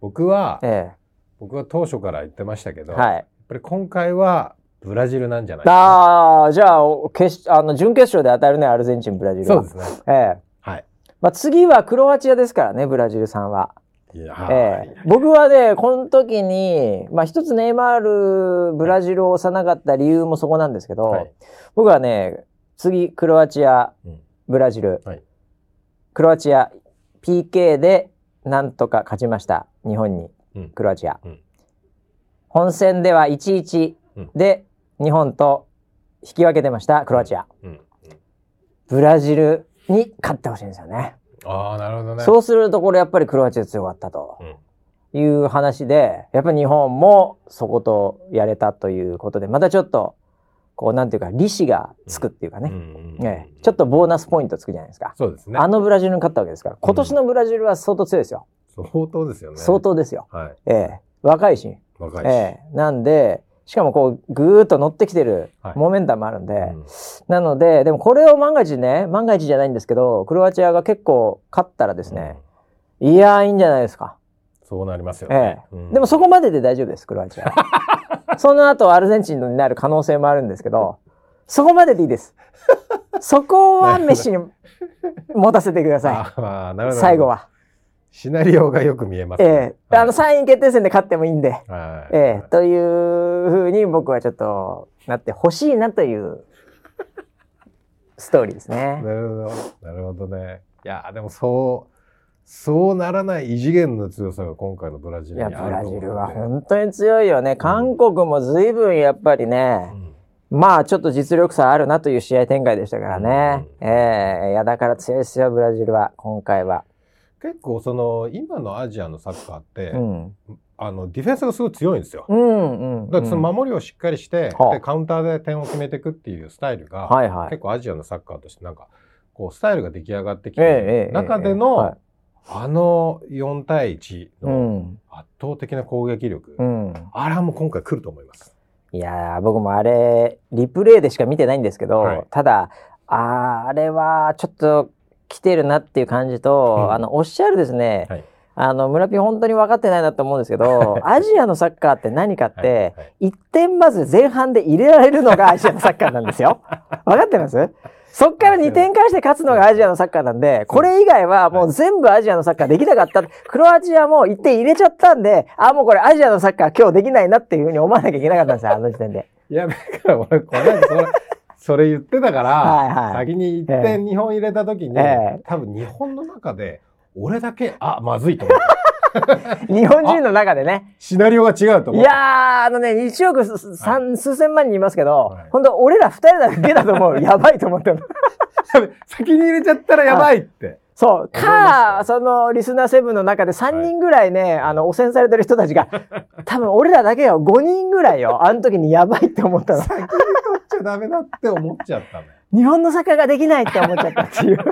僕は、 ええ、 僕は当初から言ってましたけど、 はい、 やっぱり今回はブラジルなんじゃないかな。ああ、じゃあ決あの準決勝で当たるね、アルゼンチン、ブラジルは。 そうですね。 ええ、 はい。 まあ、次はクロアチアですからね、ブラジルさんは。 いやええ、僕はね、この時に、まあ一つネイマール、ブラジルを押さなかった理由もそこなんですけど、はい、僕はね、次、クロアチア、うん、ブラジル、はい、クロアチア、ピーケー でなんとか勝ちました。日本に、うん、クロアチア、うん。本戦ではいちたいいちで日本と引き分けてました、クロアチア。うんうんうん、ブラジルに勝ってほしいんですよね。 ああ、なるほどね。 そうするとこれやっぱりクロアチア強かったという話で、やっぱり日本もそことやれたということで、またちょっとこうなんていうか利子がつくっていうかね、うんうんうんええ、ちょっとボーナスポイントつくじゃないですか。 そうですね。 あのブラジルに勝ったわけですから、今年のブラジルは相当強いですよ。 うん、相当ですよね。 相当ですよ。 はい。 ええ、若いし、 若いし、 ええ、なんで。しかもこうぐーっと乗ってきてるモメンタムあるんで、はいうん、なのででもこれを万が一ね万が一じゃないんですけどクロアチアが結構勝ったらですね、うん、いやーいいんじゃないですか。 そうなりますよね、 ええうん、でもそこまでで大丈夫ですクロアチアその後アルゼンチンになる可能性もあるんですけどそこまででいいですそこはメッシに持たせてくださいああ最後はシナリオがよく見えます、ね。 ええーはい、あのさんい決定戦で勝ってもいいんで、はいえー、というふうに僕はちょっとなってほしいなというストーリーですね。 なるほど、なるほどね。いやでもそうそうならない異次元の強さが今回のブラジルにあると思う、ね。いやブラジルは本当に強いよね。韓国も随分やっぱりね、うん、まあちょっと実力差あるなという試合展開でしたからね。うん、えー、いやだから強いですよブラジルは今回は。 結構その今のアジアのサッカーって、うん、あのディフェンスがすごい強いんですよ。 うんうんうん、 だからその守りをしっかりして、うん、でカウンターで点を決めていくっていうスタイルが、はいはい、結構アジアのサッカーとしてなんかこうスタイルが出来上がってきてる中での、えーえーえーはい、あのよんたいいちの圧倒的な攻撃力、うん、あれはもう今回来ると思います。 いやー僕もあれリプレイでしか見てないんですけど、はい、ただああれはちょっと来てるなっていう感じと、うん、あのおっしゃるですね、はい、あの村ピ本当に分かってないなと思うんですけどアジアのサッカーって何かって、はいはい、いってんまず前半で入れられるのがアジアのサッカーなんですよ。分かってます？そっからにてん返して勝つのがアジアのサッカーなんで、これ以外はもう全部アジアのサッカーできなかった。クロアチアもいってん入れちゃったんで、あ、もうこれアジアのサッカー今日できないなっていうふうに思わなきゃいけなかったんですよ、あの時点で。 いや、だから俺、これ、それ、それ言ってたから、はいはい、先にいってんにほん入れた時に、えー、多分日本の中で、俺だけ、あ、まずいと思った。 日本人の中でね。 シナリオが違うと思う。 いやー、あのね、いちおく三、はい、数千万人いますけど、はい、本当俺らふたりだけだと思う。やばいと思ってる。 先に入れちゃったらやばいって。 そう。か、そのリスナーセブンの中でさんにんぐらいね、はい、あの、汚染されてる人たちが、多分俺らだけよ、ごにんぐらいよ。あの時にやばいって思ったの。 先に取っちゃダメだって思っちゃったの。 日本のサッカーができないって思っちゃったっていう。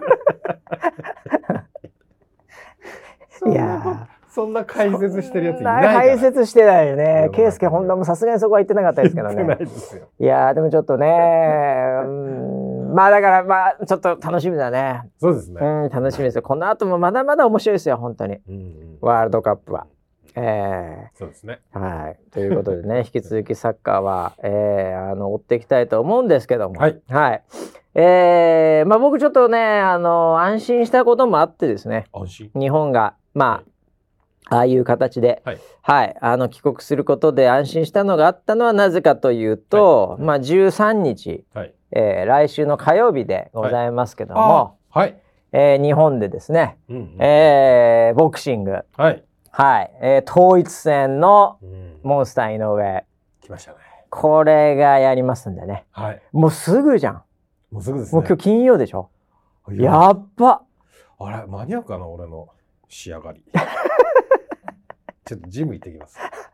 いやー。そんな解説してるやついないから。 解説してないよね。ケイスケ本田もさすがにそこは言ってなかったですけどね。言ってないですよ。いやーでもちょっとね、うん、まあだからまあちょっと楽しみだね。 そうですね。 うん、楽しみですよ。この後もまだまだ面白いですよ本当に。うんうん、ワールドカップは。えー、 そうですね。 はい。ということでね、引き続きサッカーは、えー、あの追っていきたいと思うんですけども。 はい。 はい。えー、まあ僕ちょっとね、あの安心したこともあってですね。 安心。 日本がまあ。はいああいう形で、はい、はい、あの帰国することで安心したのがあったのはなぜかというと、はい、まあじゅうさんにち、はいえー、来週の火曜日でございますけども、 はいえー、日本でですね、うんうんえー、ボクシング、 はいはいえー、統一戦のモンスター井上、 来ましたね。 これがやりますんでね、はい、もうすぐじゃん。 もうすぐですね。 もう今日金曜でしょ。やっば。 あれ間に合うかな俺の仕上がり。ちょっとジム行ってきます。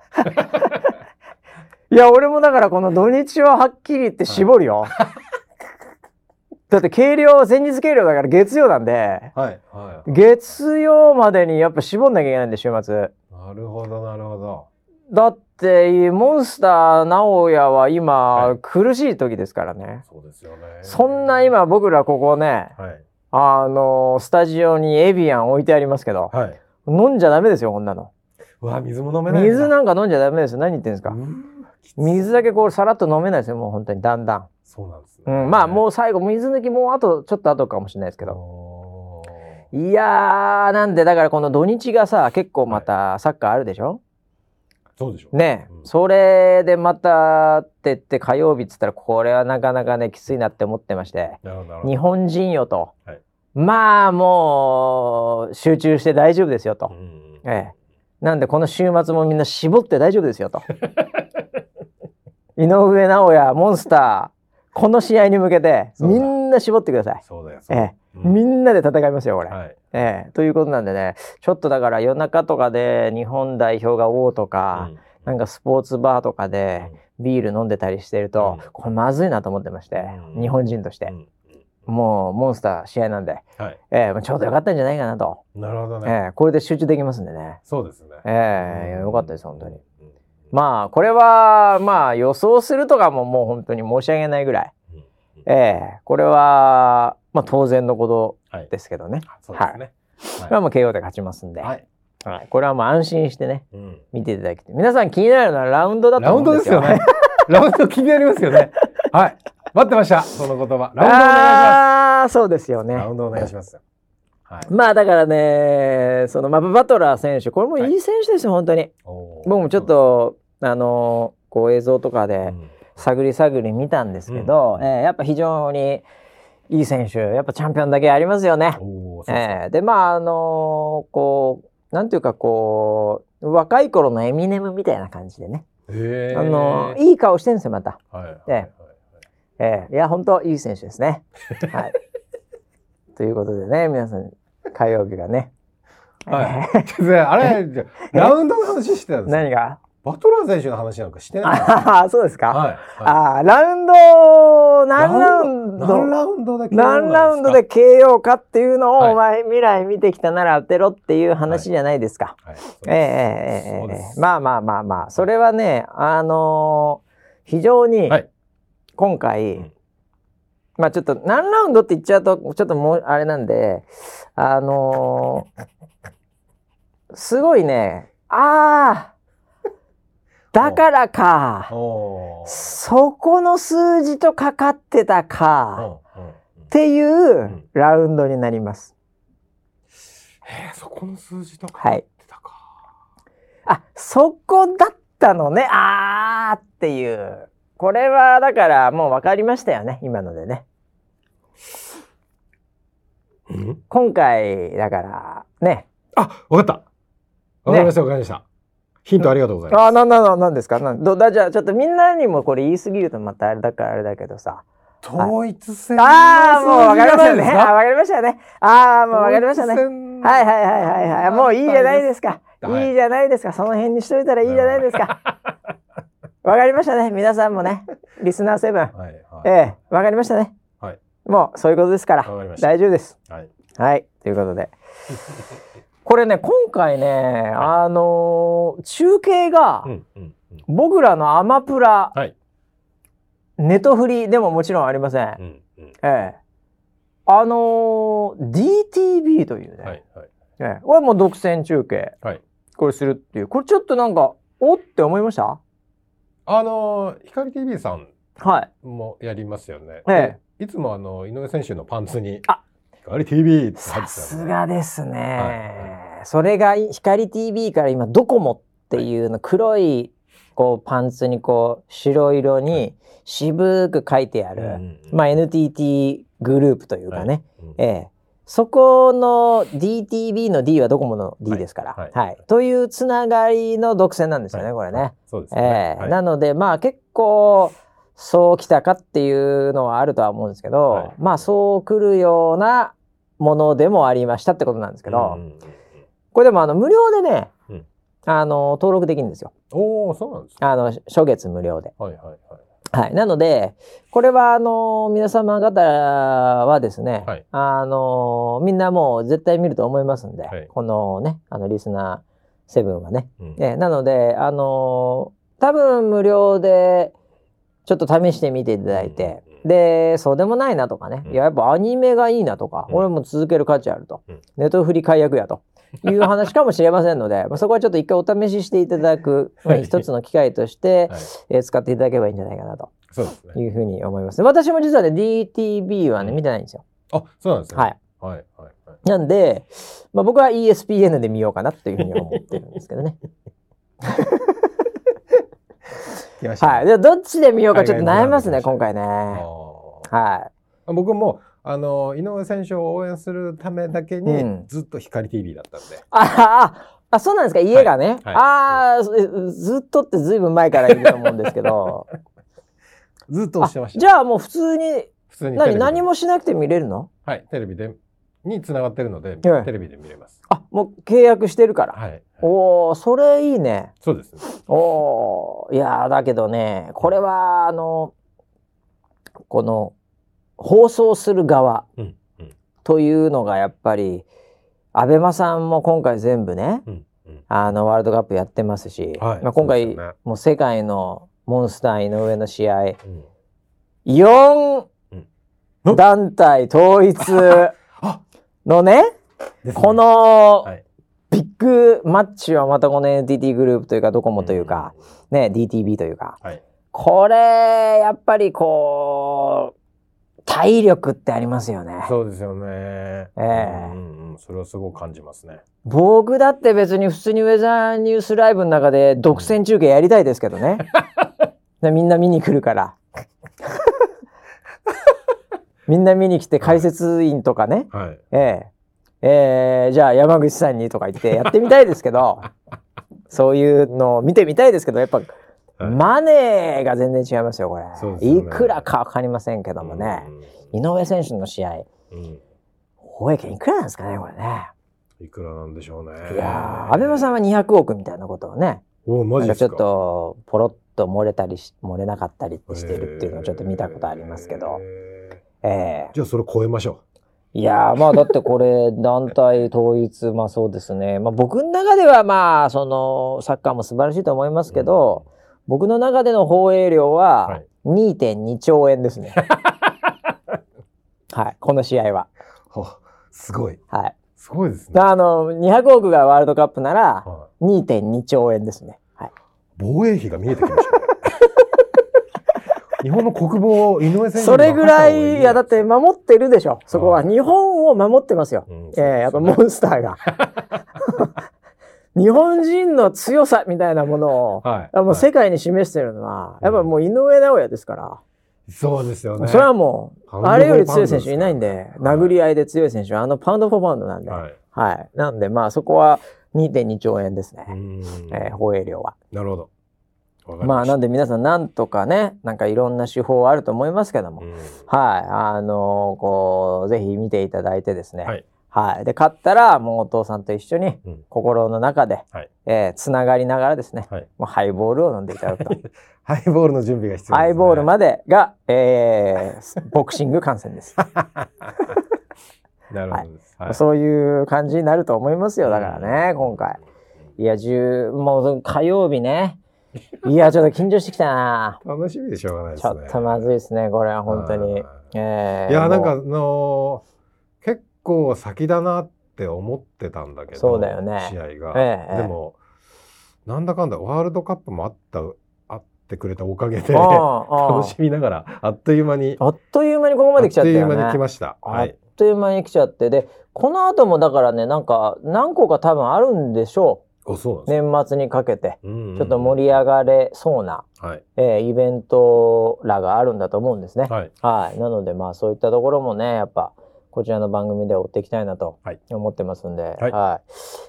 いや俺もだからこの土日ははっきり言って絞るよ。はい、だって計量前日計量だから月曜なんで、 はいはい、 月曜までにやっぱ絞んなきゃいけないんで週末。 なるほどなるほど。 だってモンスター直哉は今、はい、苦しい時ですからね。 そうですよね。 そんな今僕らここね、はい、あのスタジオにエビアン置いてありますけど、はい、飲んじゃダメですよこんなの。 うわ水も飲めない。 水なんか飲んじゃダメですよ。何言ってんですか。水だけこうさらっと飲めないですよ。もう本当にだんだん。 そうなんですね。 うん、まあもう最後水抜きもうあとちょっと後かもしれないですけど。いやーなんでだからこの土日がさ結構またサッカーあるでしょ。はい、 そうでしょね、うん、それでまたってって火曜日っつったらこれはなかなかねきついなって思ってまして、日本人よと、はい、まあもう集中して大丈夫ですよと、うん、ええ、なんでこの週末もみんな絞って大丈夫ですよと井上尚弥モンスターこの試合に向けてみんな絞ってください。 そうだよそうだよ、 ええ、うん、みんなで戦いますよこれ、 はい、 ええ、ということなんでねちょっとだから夜中とかで日本代表がおうとか、うん、なんかスポーツバーとかでビール飲んでたりしてると、うん、これまずいなと思ってまして、うん、日本人として、うん、もうモンスター試合なんで、はい、ええ、ちょうどよかったんじゃないかなと。 なるほどね、 ええ、これで集中できますんでね。 そうですね、 ええ、よかったです本当に。まあこれはまあ予想するとかももう本当に申し訳ないぐらい、うん、ええ、これはまあ当然のことですけどね。 はい、そうですね。 はい、これはもう ケーオー で勝ちますんで、はいはい、これはもう安心してね、うん、見ていただきたい。皆さん気になるのはラウンドだと思うんですよ。 ラウンドですよね。ラウンド気になりますよね。はい、待ってました。その言葉。ラウンドお願いします。ああ、そうですよね。 ラウンドお願いします。 はい、まあだからね、そのまあバトラー選手、これもいい選手ですよ、はい、本当に。僕もちょっとあのこう映像とかで探り探り見たんですけど、うん、えー、やっぱ非常にいい選手、やっぱチャンピオンだけありますよね。そうそう、えー、でまああのー、こうなんていうかこう若い頃のエミネムみたいな感じでね、 へー、 あのー、いい顔してるんですよまた。 はいはいはい、 えーえー、いや本当いい選手ですね。はい。ということでね、皆さん火曜日がね。 はい。あれラウンドの話してたんですよ。 何が？ バトラー選手の話なんかしてないんですか？あ、そうですか。 はいはい、 あ、ラウンド何ラウンド何ラウンドで ケーオー何ラウンドで ケーオー かっていうのを、はい、お前未来見てきたなら当てろっていう話じゃないですか。はいはい、ええええええ、まあまあまあまあそれはね、あのー、非常に今回、はい、まあちょっと何ラウンドって言っちゃうとちょっともうあれなんで、あのー、すごいね、ああだからか、そこの数字とかかってたかっていうラウンドになります。 へえ、そこの数字とかかってたか。 はい、あ、そこだったのね、あーっていう。これはだからもう分かりましたよね、今のでね。 ん？ 今回だからね。 あ、分かった。分かりました、分かりました。ヒントありがとうございます。 あ、なんなんなんですか。なんどだじゃあちょっとみんなにもこれ言い過ぎるとまたあれだからあれだけどさ。 統一戦。 ああもうわかりましたね。あわかりましたね。ああもうわかりましたね。はいはいはいはいはい。もういいじゃないですか。いいじゃないですか。その辺にしといたらいいじゃないですか。わかりましたね。皆さんもね、リスナーセブン。はいはい、ええわかりましたね。はい。もうそういうことですから大丈夫です。はい。はい、ということで。これね今回ね、はい、あのー、中継が、うんうんうん、僕らのアマプラ、はい、ネトフリでももちろんありません、うんうん、ええ、あのー、ディーティービー というね、はいはい、ええ、これも独占中継、はい、これするっていう、これちょっとなんかおって思いました？ あのー、光 ティービー さんもやりますよね、はい、いつもあの井上選手のパンツにあ光 ティービー って入ってた、ね、 さすがですね、はいはい、それが光 ティービー から今ドコモっていうの黒いこうパンツにこう白色に渋く書いてある、はい、まあ エヌティーティー グループというかね、はい、ええ、そこの ディーティービー の D はドコモの D ですから、はいはいはい、というつながりの独占なんですよね、はい、これね、はい、そうですね、ええはい、なのでまあ結構そうきたかっていうのはあるとは思うんですけど、はい、まあそう来るようなものでもありましたってことなんですけど、うんうんうん、これでもあの無料でね、うん、あの登録できるんですよ。 おー、そうなんですか。 あの初月無料で、 はいはいはいはい、なのでこれはあの皆様方はですね、はい、あのみんなもう絶対見ると思いますんで、はい、このねあのリスナーセブンはね、うん、えなのであの多分無料でちょっと試してみていただいて、うん、でそうでもないなとかね、うん、いややっぱアニメがいいなとか、うん、俺も続ける価値あると、うん、ネットフリ解約やという話かもしれませんので、まあ、そこはちょっと一回お試ししていただく、はい、一つの機会として、はい、えー、使っていただければいいんじゃないかなというふうに思います。私も実はね ディーティービー はね、うん、見てないんですよ。 あ、そうなんですね。 はい。はいはいはい、なんで、まあ、僕は イーエスピーエヌ で見ようかなというふうに思ってるんですけどね。来ましたね。はい。でどっちで見ようかちょっと悩みますね今回ね。はい。 僕もあの井上選手を応援するためだけに、うん、ずっと光 ティービー だったんで。 ああ、そうなんですか、家がね。はいはい、ああ、ずっとってずいぶん前からいると思うんですけど。 ずっと押してました。 じゃあもう普通に、普通に何何もしなくて見れるの？ はい、テレビでに繋がってるので、はい、テレビで見れます。 あ、もう契約してるから。はい。はい、おお、それいいね。 そうです、ね。 おお、いやだけどね、これはあのこの放送する側というのがやっぱりアベマさんも今回全部ね、うんうん、あのワールドカップやってますし、はい、まあ、今回、ね、もう世界のモンスター井上の試合、うん、よん、うん、団体統一のね、ねこの、はい、ビッグマッチはまたこの エヌティーティー グループというかドコモというか、うん、ね ディーティービー というか、はい、これやっぱりこう体力ってありますよね。 そうですよね。ええーうんうん、それはすごく感じますね。 僕だって別に普通にウェザーニュースライブの中で独占中継やりたいですけどね。うん、みんな見に来るから。みんな見に来て解説員とかね。はい、ええー、えー、じゃあ山口さんにとか言ってやってみたいですけど、そういうのを見てみたいですけど、やっぱはい、マネーが全然違いますよこれ。そうですよね、いくらか分かりませんけどもね、井上選手の試合、うん、放映権いくらなんですかねこれね。 いくらなんでしょうね。 いや阿部間さんはにひゃくおくみたいなことをね、 おマジですか。 なんかちょっとポロッと漏れたりし漏れなかったりしてるっていうのをちょっと見たことありますけど、 えー、じゃあそれ超えましょう。いやまあだってこれ団体統一まあそうですね、まあ、僕の中ではまあそのサッカーも素晴らしいと思いますけど、うん、僕の中での放映量は にてんにちょうえんですね。はい、この試合は。 すごい。 はい。 すごいですね。 あのにひゃくおくがワールドカップなら にてんにちょうえんですね。はい。 防衛費が見えてきました、ね。日本の国防井上選手それぐらいいやだって守ってるでしょ。そこは日本を守ってますよ。うん、えー、やっぱモンスターが。日本人の強さみたいなものを、はい、もう世界に示してるのは、はい、やっぱもう井上尚弥ですから。 うん、そうですよね。 それはもう、あれより強い選手いないんで、殴り合いで強い選手はあのパウンドフォーパウンドなんで。はい。はい、なんでまあそこは にてんにちょうえんですね。えー、放映量は。 なるほど。 まあなんで皆さんなんとかね、なんかいろんな手法あると思いますけども、はい、あのー、こうぜひ見ていただいてですね。はい。はい、で勝ったらもうお父さんと一緒に心の中で、うん、えー、つながりながらですね、はい、もうハイボールを飲んでいただくと。 ハイボールの準備が必要ですね。 ハイボールまでが、えー、ボクシング観戦です。 なるほどです、 はいはい、そういう感じになると思いますよ。だからね、うん、今回いや10もう火曜日ね。いやちょっと緊張してきたな。 楽しみでしょうがないですね。 ちょっとまずいですねこれは本当に。 えー、いやなんかあのー、結構先だなって思ってたんだけど、 そうだよね、 試合が、えー、でも、えー、なんだかんだワールドカップもあったあってくれたおかげで楽しみながらあっという間にあっという間にここまで来ちゃったよね。 あっという間に来ました。 はい、あっという間に来ちゃって、でこの後もだからねなんか何個か多分あるんでしょう。年末にかけてちょっと盛り上がれそうな、はい、えー、イベントらがあるんだと思うんですね。はい、はい、なのでまあそういったところもねやっぱこちらの番組で追っていきたいなと思ってますんで、はいはい、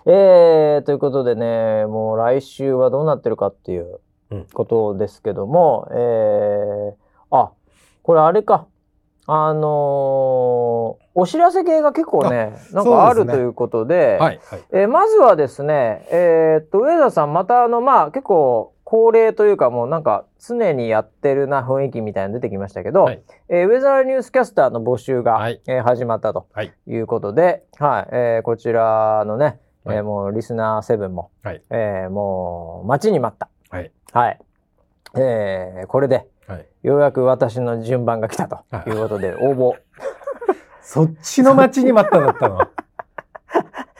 えー、ということでねもう来週はどうなってるかっていうことですけども、うん、えー、あこれあれかあのー、お知らせ系が結構ねなんかあるということで、はいはい、えー、まずはですねえー、っと上田さんまたあのまあ結構恒例というかもうなんか常にやってるな雰囲気みたいなの出てきましたけど、はい、えー、ウェザーニュースキャスターの募集が、はい、えー、始まったということで、はいはい、えー、こちらのね、はい、えー、もうリスナーセブンも、はい、えー、もう待ちに待った、はいはい、えー、これではい、ようやく私の順番が来たということで応募そっちの待ちに待っただったの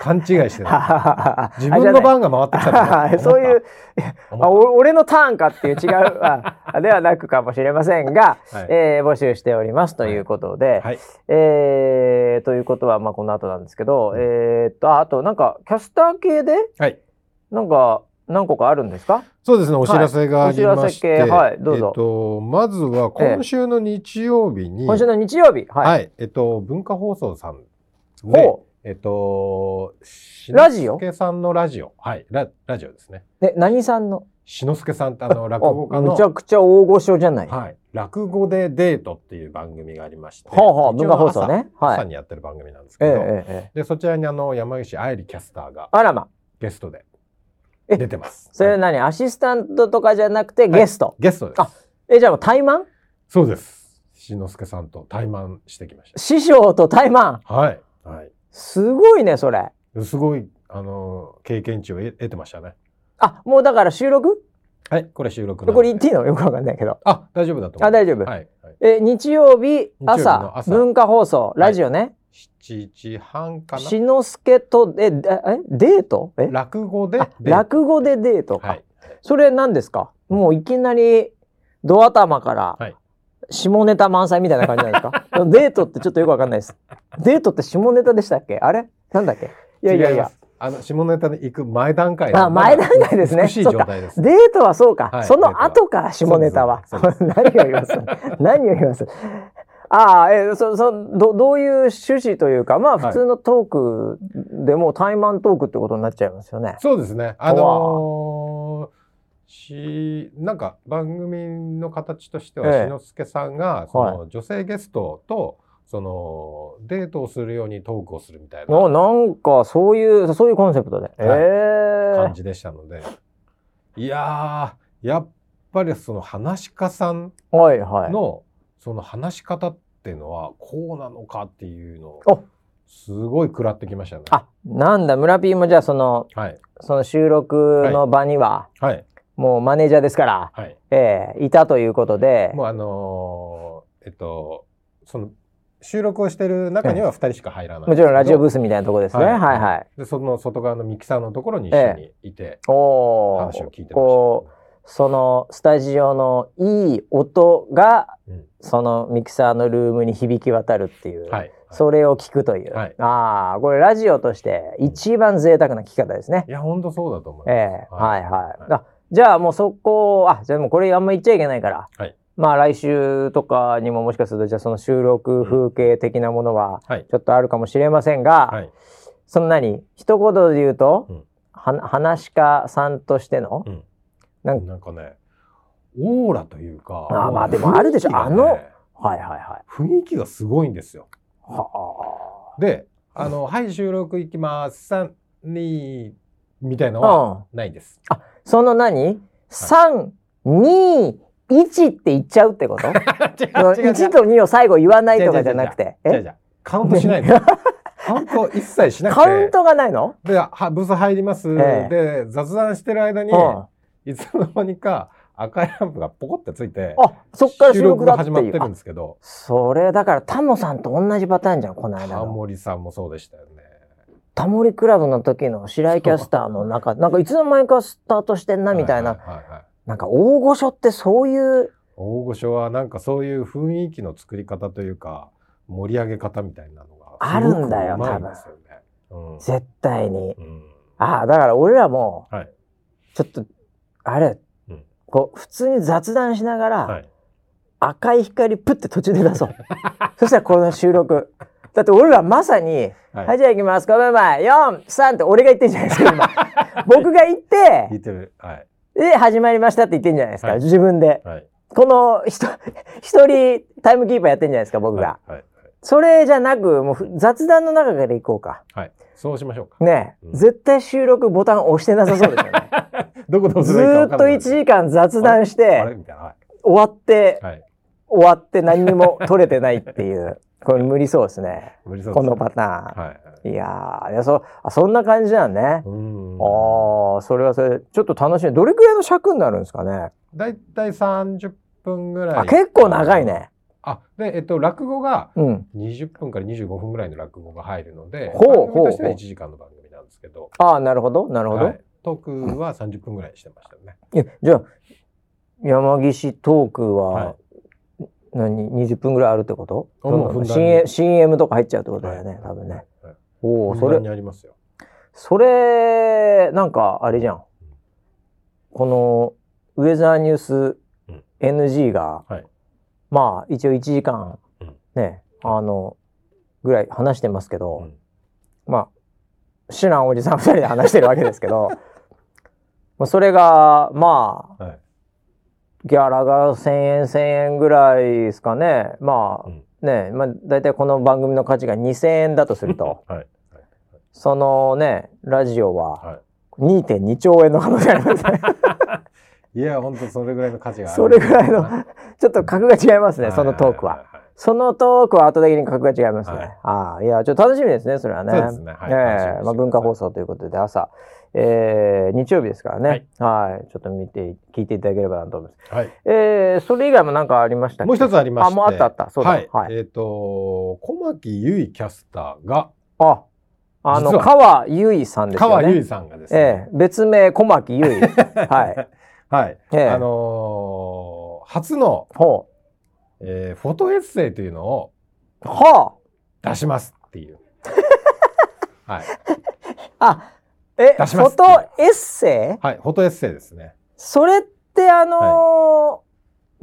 勘違いしてた。自分の番が回ってきたと思った。 そういうあ俺のターンかっていう違うあではなくかもしれませんが、はい、えー、募集しておりますということで、はいはい、えー、ということはまあこの後なんですけど、うん、えー、っと あ, あとなんかキャスター系で、はい、なんか何個かあるんですか？ そうですね、お知らせがありまして、はい、 お知らせ系、はい、どうぞ。 えっと、まずは今週の日曜日に、 えー、今週の日曜日、はい、 はい、えっと、文化放送さんで、えっと、 ラジオ？ 篠介さんのラジオ、はい、ラ, ラジオですね。 え、何さんの？ 篠介さんってあの落語家の、 めちゃくちゃ大御所じゃない。 はい、落語でデートっていう番組がありまして、 はあはあ、文化放送ね、 はい、朝にやってる番組なんですけど、えーえー、でそちらにあの山岸愛理キャスターが、 あらま、 ゲストで。出てます。 それ何、はい、アシスタントとかじゃなくてゲスト、はい、 ゲストです。 あ、え、じゃあもう対マン？ そうです。篠介さんと対マンしてきました。 師匠と対マン。 はいはい。 すごいねそれ。 すごいあの経験値を得てましたね。 あ、もうだから収録？ はい、これ収録これ言っていいの？よくわかんないけど。 あ、大丈夫だと思う。 あ、大丈夫。はいはい、え、日曜日朝、朝文化放送ラジオね。はい、 しちじはんかな。 篠介とええデート？え落語で落語でデートか、はい、それ何ですか？もういきなりド頭から下ネタ満載みたいな感じなんですか？デートってちょっとよくわかんないです。デートって下ネタでしたっけ？あれなんだっけ？いやいやいや、 あの下ネタに行く前段階。 あ、前段階ですね。 美しい状態です。 デートはそうか、はい、その後から下ネタは何を言います何を言いますああ、えそそ ど, どういう趣旨というか、まあ普通のトークでも対マントークってことになっちゃいますよね。 そうですね。あのー、しなんか番組の形としては、ええ、篠介さんがその、はい、女性ゲストとそのデートをするようにトークをするみたいな。 なんかそういうそういうコンセプトで、はい、えー、 感じでしたので、いやーやっぱりその話し家さんの、はいはい、その話し方っていうのはこうなのかっていうのをすごい食らってきましたね。 あ、なんだ村 P もじゃあその、はい、その収録の場には、はいはい、もうマネージャーですから、はい、えー、いたということで、 もうあのー、えっとその収録をしてる中にはふたりしか入らない。 もちろんラジオブースみたいなところですね。はいはいはい。 でその外側のミキサーのところに一緒にいて、えー、話を聞いてました。 こうそのスタジオのいい音が、うん、そのミキサーのルームに響き渡るっていう、はい、それを聞くという、はい、ああこれラジオとして一番贅沢な聞き方ですね。 いや本当そうだと思います。 えー、はいはい、はい、あじゃあもうそこあじゃあもうこれあんま言っちゃいけないから、はい、まあ来週とかにももしかするとじゃあその収録風景的なものはちょっとあるかもしれませんが、はい、その何一言で言うと、うん、は話し家さんとしての、うんなんかね、オーラというか、 あまあでもあるでしょ、ね、あの、はいはいはい、 雰囲気がすごいんですよ。はあ、で、あの、はい収録行きます、さん、にみたいなのはないです。 うん、あ、その何、さん、に、いちって言っちゃうってこと？違う違う違ういちとにを最後言わないとかじゃなくて、 違う違う違う違うカウントしないの。カウント一切しなくて。 カウントがないの？ で、はブース入ります、ええ、で雑談してる間に。うんいつの間にか赤いランプがポコってついて、 あ、そっから収録だっていう。 収録が始まってるんですけど。 それだからタモさんと同じパターンじゃんこの間の。 タモリさんもそうでしたよね。 タモリクラブの時の白井キャスターの中なんかいつの間にかスタートしてんなみたいな、はいはいはいはい、なんか大御所ってそういう大御所はなんかそういう雰囲気の作り方というか盛り上げ方みたいなのがあるんだよ多分、うん、絶対に、うん、ああだから俺らも、はい、ちょっとあれ、うん、こう普通に雑談しながら、はい、赤い光プッて途中で出そうそしたらこの収録だって俺らまさに「はい、はい、じゃあ行きますごめん前よんさん」って俺が言ってんじゃないですか今僕が言って言ってる、はい、 で始まりましたって言ってんじゃないですか、はい、自分で、はい、この一人タイムキーパーやってんじゃないですか僕が、はいはいはい、それじゃなくもう雑談の中から行こうか。 はいそうしましょうかねえ、うん、絶対収録ボタン押してなさそうですよねどこで押せばいいか分からない。ずっといちじかん雑談して終わって、はい、終わって何にも取れてないっていうこれ無理そうですね無理そうですねこのパターン、はい、いやいや そ, あそんな感じなんね。うんあそれはそれちょっと楽しみ。どれくらいの尺になるんですかね。 だいたいさんじゅっぷんぐらい。 あ結構長いね。 あでえっと落語がにじゅっぷんからにじゅうごふんぐらいの落語が入るので、うん、番組としてはいちじかんの番組なんですけど。 ああ、なるほど、なるほど。はい、 トークはさんじゅっぷんぐらいしてましたよね。 え、じゃあ、山岸トークは、はい、何、にじゅっぷんぐらいあるってこと？ もうシーエム、シーエム とか入っちゃうってことだよね、はい、多分ね。はいはい、おお、それ。 にありますよ。 それ、なんか、あれじゃん。この、ウェザーニュース エヌジー が、うんはい、まあ、一応いちじかん、ね、うん、あの、ぐらい話してますけど、うん、まあ、シュナンおじさんふたりで話してるわけですけど、それが、まあ、はい、ギャラがせんえん、せんえんぐらいですかね。まあ、うん、ね、まあ、だいたいこの番組の価値がにせんえんだとすると、はいはい、そのね、ラジオは にてんにちょうえんの可能性ありますね。 いや、本当それぐらいの価値がある。 それぐらいの、ちょっと格が違いますね、そのトークは。そのトークは後的に格が違いますね。はい、ああ、いや、ちょっと楽しみですね、それはね。 そうですね。はい。えー、まあ、文化放送ということで、朝、えー、日曜日ですからね。はい。はい、ちょっと見て、聞いていただければなと思います。はい。えー、それ以外も何かありましたっけ？ もう一つありまして。 あ、もうあったあった。そうだ。 はい。はい、えっ、ー、と、小牧結衣キャスターが、 あ、あの、川結衣さんですよね。 川結衣さんがですね。 えー、別名、小牧結衣。はい。 はい。えー、あのー、初の、ほう。えー、フォトエッセイというのを、 はあ、出しますっていう。はい。 あ、え、フォトエッセイ？ はい、フォトエッセイですね。 それってあのーはい、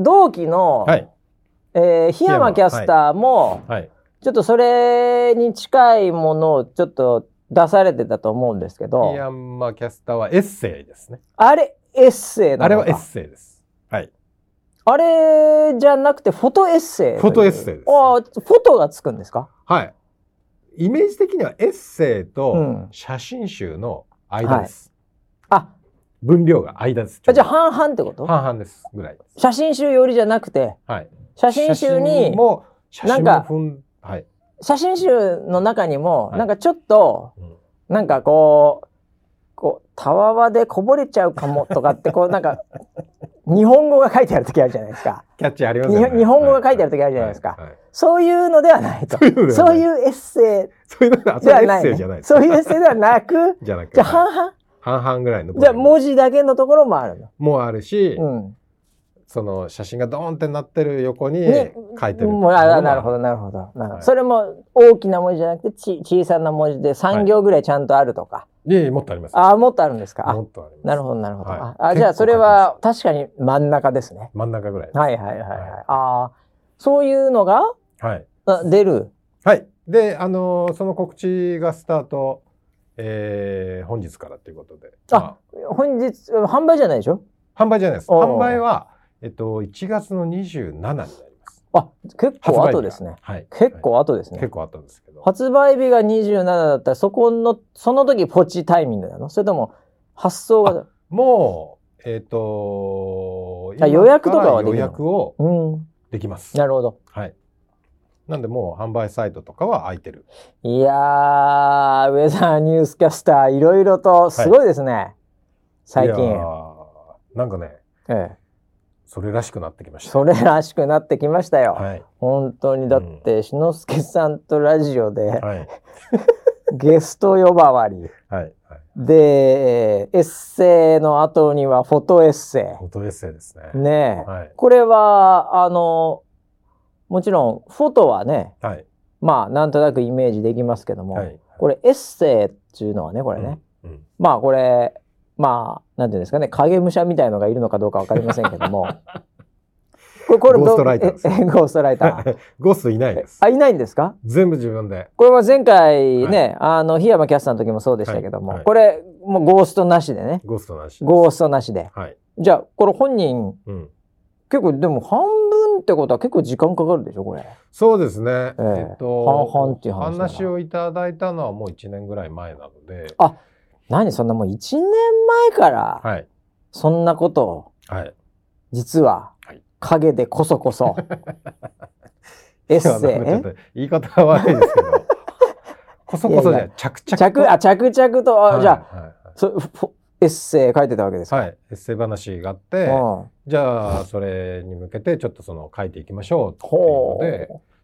同期の、はい、えー、檜山キャスターも、はいはい、ちょっとそれに近いものをちょっと出されてたと思うんですけど。 檜山キャスターはエッセイですね。 あれ、エッセイなのか？ あれはエッセイです。はい。 あれじゃなくてフォトエッセイ。 フォトエッセイです、ね。 ああ、フォトがつくんですか？ はい。イメージ的にはエッセイと写真集の間です。うん、はい、あ、分量が間です。 じゃあ半々ってこと？ 半々です。ぐらい。 写真集よりじゃなくて、はい、写真集にもなんか、 はい、 写真集の中にもなんかちょっと、はい、なんかこうこうたわわでこぼれちゃうかもとかってこうなんか日本語が書いてある時あるじゃないですか。 キャッチありますよね。 日本語が書いてある時あるじゃないですか。はいはいはい、そういうのではないと。そういうエッセイそういうのではない。 そういうエッセイではなく、 じゃなくじゃあ半々 半々ぐらいの。 じゃあ文字だけのところもあるの。 もうあるし、うん、その写真がドーンってなってる横に書いてる。 もうあなるほどなるほど。はい、それも大きな文字じゃなくてち小さな文字でさん行ぐらいちゃんとあるとか。 いえいえ、もっとあります。 ああ、もっとあるんですか。 もっとあります。 なるほどなるほど。はい、あじゃあそれは確かに真ん中ですね。 真ん中ぐらいです。 はいはいはいはい。はい、ああ、そういうのが、はい、出る。 はい。で、あのー、その告知がスタート、えー、本日からということで。 あ、まあ、本日、販売じゃないでしょ？ 販売じゃないです。販売は、えっと、いちがつのにじゅうしちになります。 あ、結構後ですね。 はい。 結構後ですね。 結構後ですけど。 発売日がにじゅうしちだったら、そこの、その時ポチタイミングなの？それとも、発送が。 もう、えっと、 予約とかはできるの？ 予約をできます。 うん、なるほど。 はい。なんでもう販売サイトとかは空いてる。 いやー、ウェザーニュースキャスター、いろいろとすごいですね。はい、最近。 なんかね、ええ、それらしくなってきました。 それらしくなってきましたよ。はい、本当にだって、うん、志の輔さんとラジオで、はい、ゲスト呼ばわり。はいはい、で、エッセイの後にはフォトエッセイ。 フォトエッセイですね。 ねえ、はい、これは、あの、もちろんフォトはね、はい、まあなんとなくイメージできますけども、はい、これエッセイっていうのはね、これね、うんうん、まあこれまあなんていうんですかね、影武者みたいのがいるのかどうかわかりませんけどもこれこれゴーストライターです。 ゴーストライターゴーストいないです。 あ、いないんですか？ 全部自分で。 これは前回ね、はい、あの檜山キャスターの時もそうでしたけども、はいはい、これもうゴーストなしでね。 ゴーストなし。 ゴーストなしで。はい、じゃあこれ本人、うん、結構でも半分ってことは結構時間かかるでしょこれ。 そうですね。えー、えっと半々っていう話。 話をいただいたのはもういちねんぐらい前なので。 あ、何そんなもういちねんまえから、はい、そんなことを、はい、実は陰でこそこそエッセイ。 ちょっと言い方は悪いですけど、こそこそじゃ着々 とあ着々と、はい、じゃあ、はいはい、そエッセイ書いてたわけですか？ はい、エッセイ話があって、うん、じゃあそれに向けてちょっとその書いていきましょうっていうので、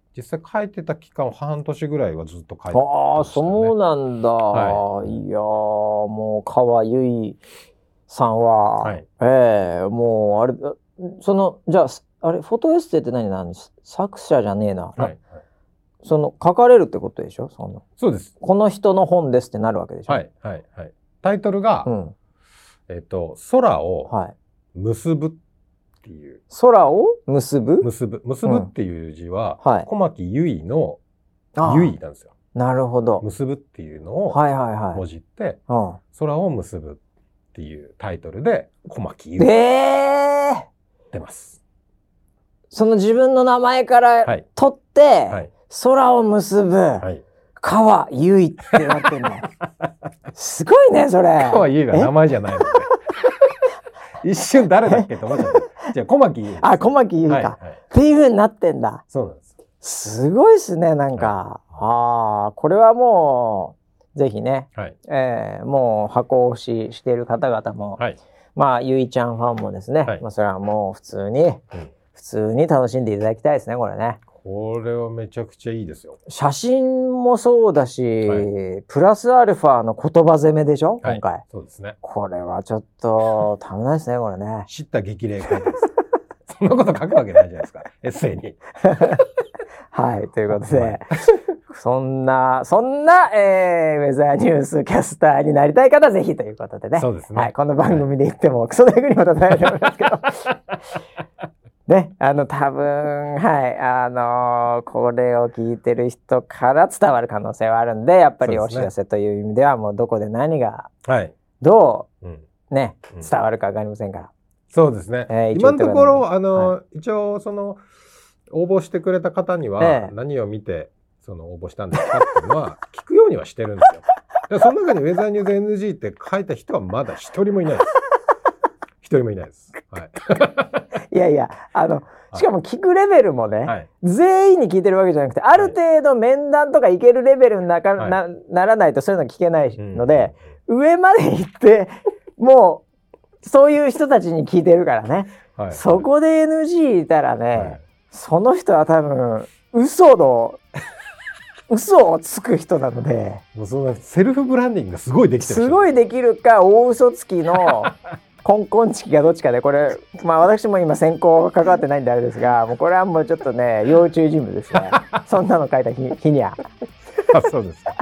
実際書いてた期間は半年ぐらいはずっと書いてましたね。 ああ、そうなんだ。はい、いやもう川由衣さんは、はい、ええー、もうあれそのじゃああれフォトエッセイって何なんです？作者じゃねえな。はいはい、その書かれるってことでしょ？そのそうです。 この人の本ですってなるわけでしょ？ はいはいはい。タイトルが、うん、えっと空を結ぶっていう。 空を結ぶ？ 結ぶ結ぶっていう字は、うん、はい、小牧由衣の由衣なんですよ。 なるほど。 結ぶっていうのを文字って、はいはいはい、空を結ぶっていうタイトルで小牧由衣。 えー、 出ます。 その自分の名前から取って、はいはい、空を結ぶ、はい、川由衣ってなってんだよ。すごいねそれ。 川由衣が名前じゃないので一瞬誰だっけと思っちゃった。じゃあ小牧由衣。 あ、小牧由衣か、はいはい、っていう風になってんだ。 そうなんです。 すごいですねなんか、はい、ああこれはもうぜひね、はい、えー、もう箱推ししている方々も、はい、まあゆいちゃんファンもですね、はい、まあ、それはもう普通に、うん、普通に楽しんでいただきたいですねこれね。 これはめちゃくちゃいいですよ。 写真もそうだし、はい、プラスアルファの言葉攻めでしょ、はい、今回。 そうですね。 これはちょっとたまらないですねこれね。 知った激励書いてます。そんなこと書くわけないじゃないですかエッセイに。 はいということで、はい、そんなそんな、えー、ウェザーニュースキャスターになりたい方はぜひということでね。 そうですね。 はい、この番組で言っても、はい、クソ大学にも立たないと思いますけど。ね、あの多分はいあのー、これを聞いてる人から伝わる可能性はあるんで、やっぱりお知らせという意味ではもうどこで何がどう、はい、ね、うん、伝わるか分かりませんから。 そうですね。えー、今のところあの、はい、一応その応募してくれた方には何を見てその応募したんですかっていうのは聞くようにはしてるんですよ。でその中にウェザーニュース エヌジー って書いた人はまだ一人もいないです。一人もいないです。はい。 いやいやあのしかも聞くレベルもね、はい、全員に聞いてるわけじゃなくて、ある程度面談とかいけるレベルに な, か、はい、な, ならないとそういうの聞けないので、うん、上まで行ってもうそういう人たちに聞いてるからね、はい、そこで エヌジー いたらね、はい、その人は多分嘘の嘘をつく人なので、 もうそのセルフブランディングがすごいできてる。 すごいできるか大嘘つきのコンコンチキがどっちかで、これまあ私も今選考関わってないんであれですが、もうこれはもうちょっとね要注意人物ですね。そんなの書いた 日, 日にゃあそうですか。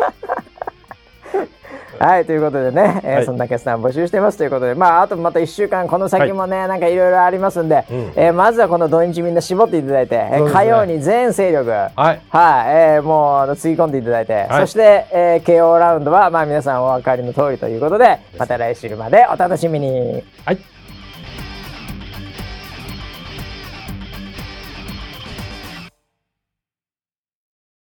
はいということでね、えーはい、そんなキャスター募集してますということで、まああとまたいっしゅうかんこの先もね、はい、なんかいろいろありますんで、うん、えー、まずはこの土日みんな絞っていただいて、ね、えー、火曜に全勢力はい、はい、えー、もうつぎ込んでいただいて、はい、そして、えー、ケーオー ラウンドはまあ皆さんお分かりの通りということで、また来週までお楽しみに。 はい。